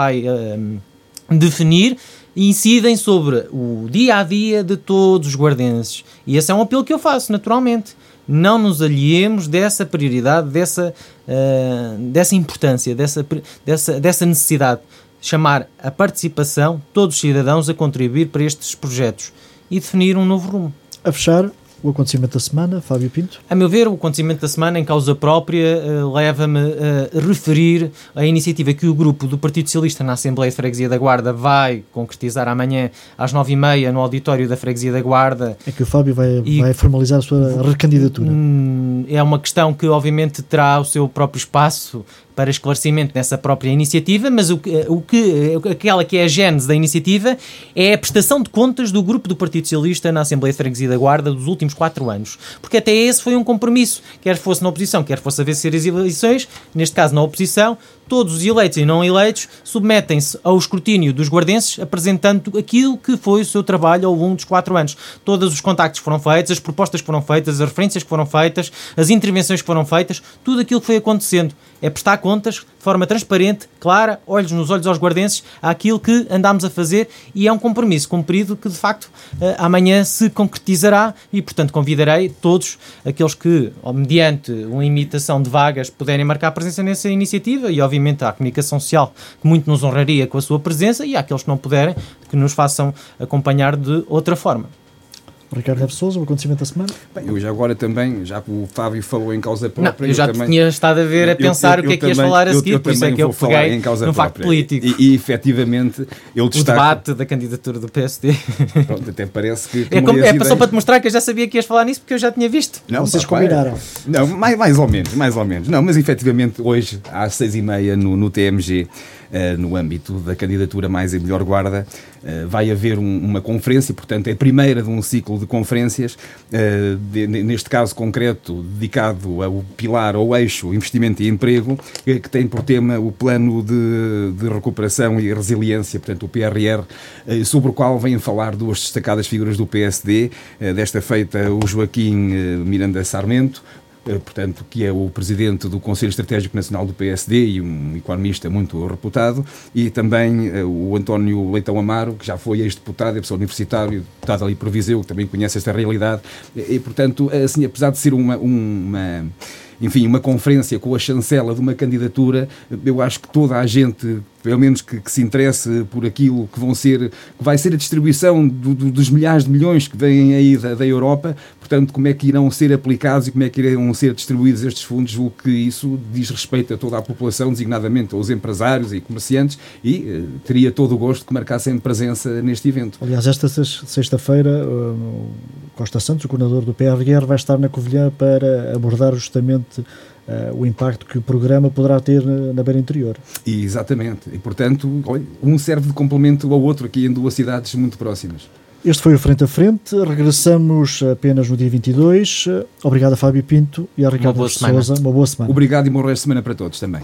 definir incidem sobre o dia-a-dia de todos os guardenses. E esse é um apelo que eu faço, naturalmente. Não nos aliemos dessa prioridade, dessa importância, dessa necessidade. Chamar a participação, todos os cidadãos, a contribuir para estes projetos e definir um novo rumo. A fechar, o acontecimento da semana, Fábio Pinto? A meu ver, o acontecimento da semana, em causa própria, leva-me a referir a iniciativa que o grupo do Partido Socialista na Assembleia de Freguesia da Guarda vai concretizar amanhã às 9h30 no auditório da Freguesia da Guarda. É que o Fábio vai formalizar a sua recandidatura. É uma questão que obviamente terá o seu próprio espaço para esclarecimento nessa própria iniciativa, mas aquela que é a gênese da iniciativa é a prestação de contas do grupo do Partido Socialista na Assembleia de Freguesia da Guarda dos últimos 4 anos. Porque até esse foi um compromisso, quer fosse na oposição, quer fosse a vencer as eleições, neste caso na oposição, todos os eleitos e não eleitos submetem-se ao escrutínio dos guardenses, apresentando aquilo que foi o seu trabalho ao longo dos 4 anos. Todos os contactos foram feitos, as propostas que foram feitas, as referências que foram feitas, as intervenções que foram feitas, tudo aquilo que foi acontecendo. É prestar contas de forma transparente, clara, olhos nos olhos aos guardenses, àquilo que andámos a fazer, e é um compromisso cumprido que, de facto, amanhã se concretizará e, portanto, convidarei todos aqueles que, mediante uma limitação de vagas, puderem marcar presença nessa iniciativa e, obviamente, à comunicação social, que muito nos honraria com a sua presença, e àqueles que não puderem, que nos façam acompanhar de outra forma. Ricardo Neves Sousa, o acontecimento da semana? Bem, eu já agora também, já que o Fábio falou em causa própria... Não, eu já tinha estado a ver, a pensar o que é que ias falar a seguir, por isso é que eu peguei num facto político. E efetivamente, ele destaca... O debate da candidatura do PSD. Pronto, até parece que... Só para te mostrar que eu já sabia que ias falar nisso, porque eu já tinha visto. Não, vocês combinaram. Não, mais ou menos. Não, mas efetivamente hoje, às 6h30, no TMG, no âmbito da candidatura Mais e Melhor Guarda, vai haver uma conferência, portanto é a primeira de um ciclo de conferências, neste caso concreto dedicado ao pilar, ao eixo investimento e emprego, que tem por tema o Plano de Recuperação e Resiliência, portanto o PRR, sobre o qual vêm falar 2 destacadas figuras do PSD, desta feita o Joaquim Miranda Sarmento, portanto, que é o presidente do Conselho Estratégico Nacional do PSD e um economista muito reputado, e também o António Leitão Amaro, que já foi ex-deputado, é professor universitário, deputado ali por Viseu, que também conhece esta realidade, e portanto, assim, apesar de ser uma conferência com a chancela de uma candidatura, eu acho que toda a gente, pelo menos que se interesse por aquilo que vai ser a distribuição dos milhares de milhões que vêm aí da Europa, portanto, como é que irão ser aplicados e como é que irão ser distribuídos estes fundos, o que isso diz respeito a toda a população, designadamente aos empresários e comerciantes, e teria todo o gosto que marcassem presença neste evento. Aliás, esta sexta-feira, Costa Santos, o coordenador do PRR, vai estar na Covilhã para abordar justamente o impacto que o programa poderá ter na beira interior. Exatamente. E, portanto, um serve de complemento ao outro aqui em 2 cidades muito próximas. Este foi o Frente a Frente. Regressamos apenas no dia 22. Obrigado a Fábio Pinto e a Ricardo Sousa. Uma boa semana. Obrigado e bom resto de semana para todos também.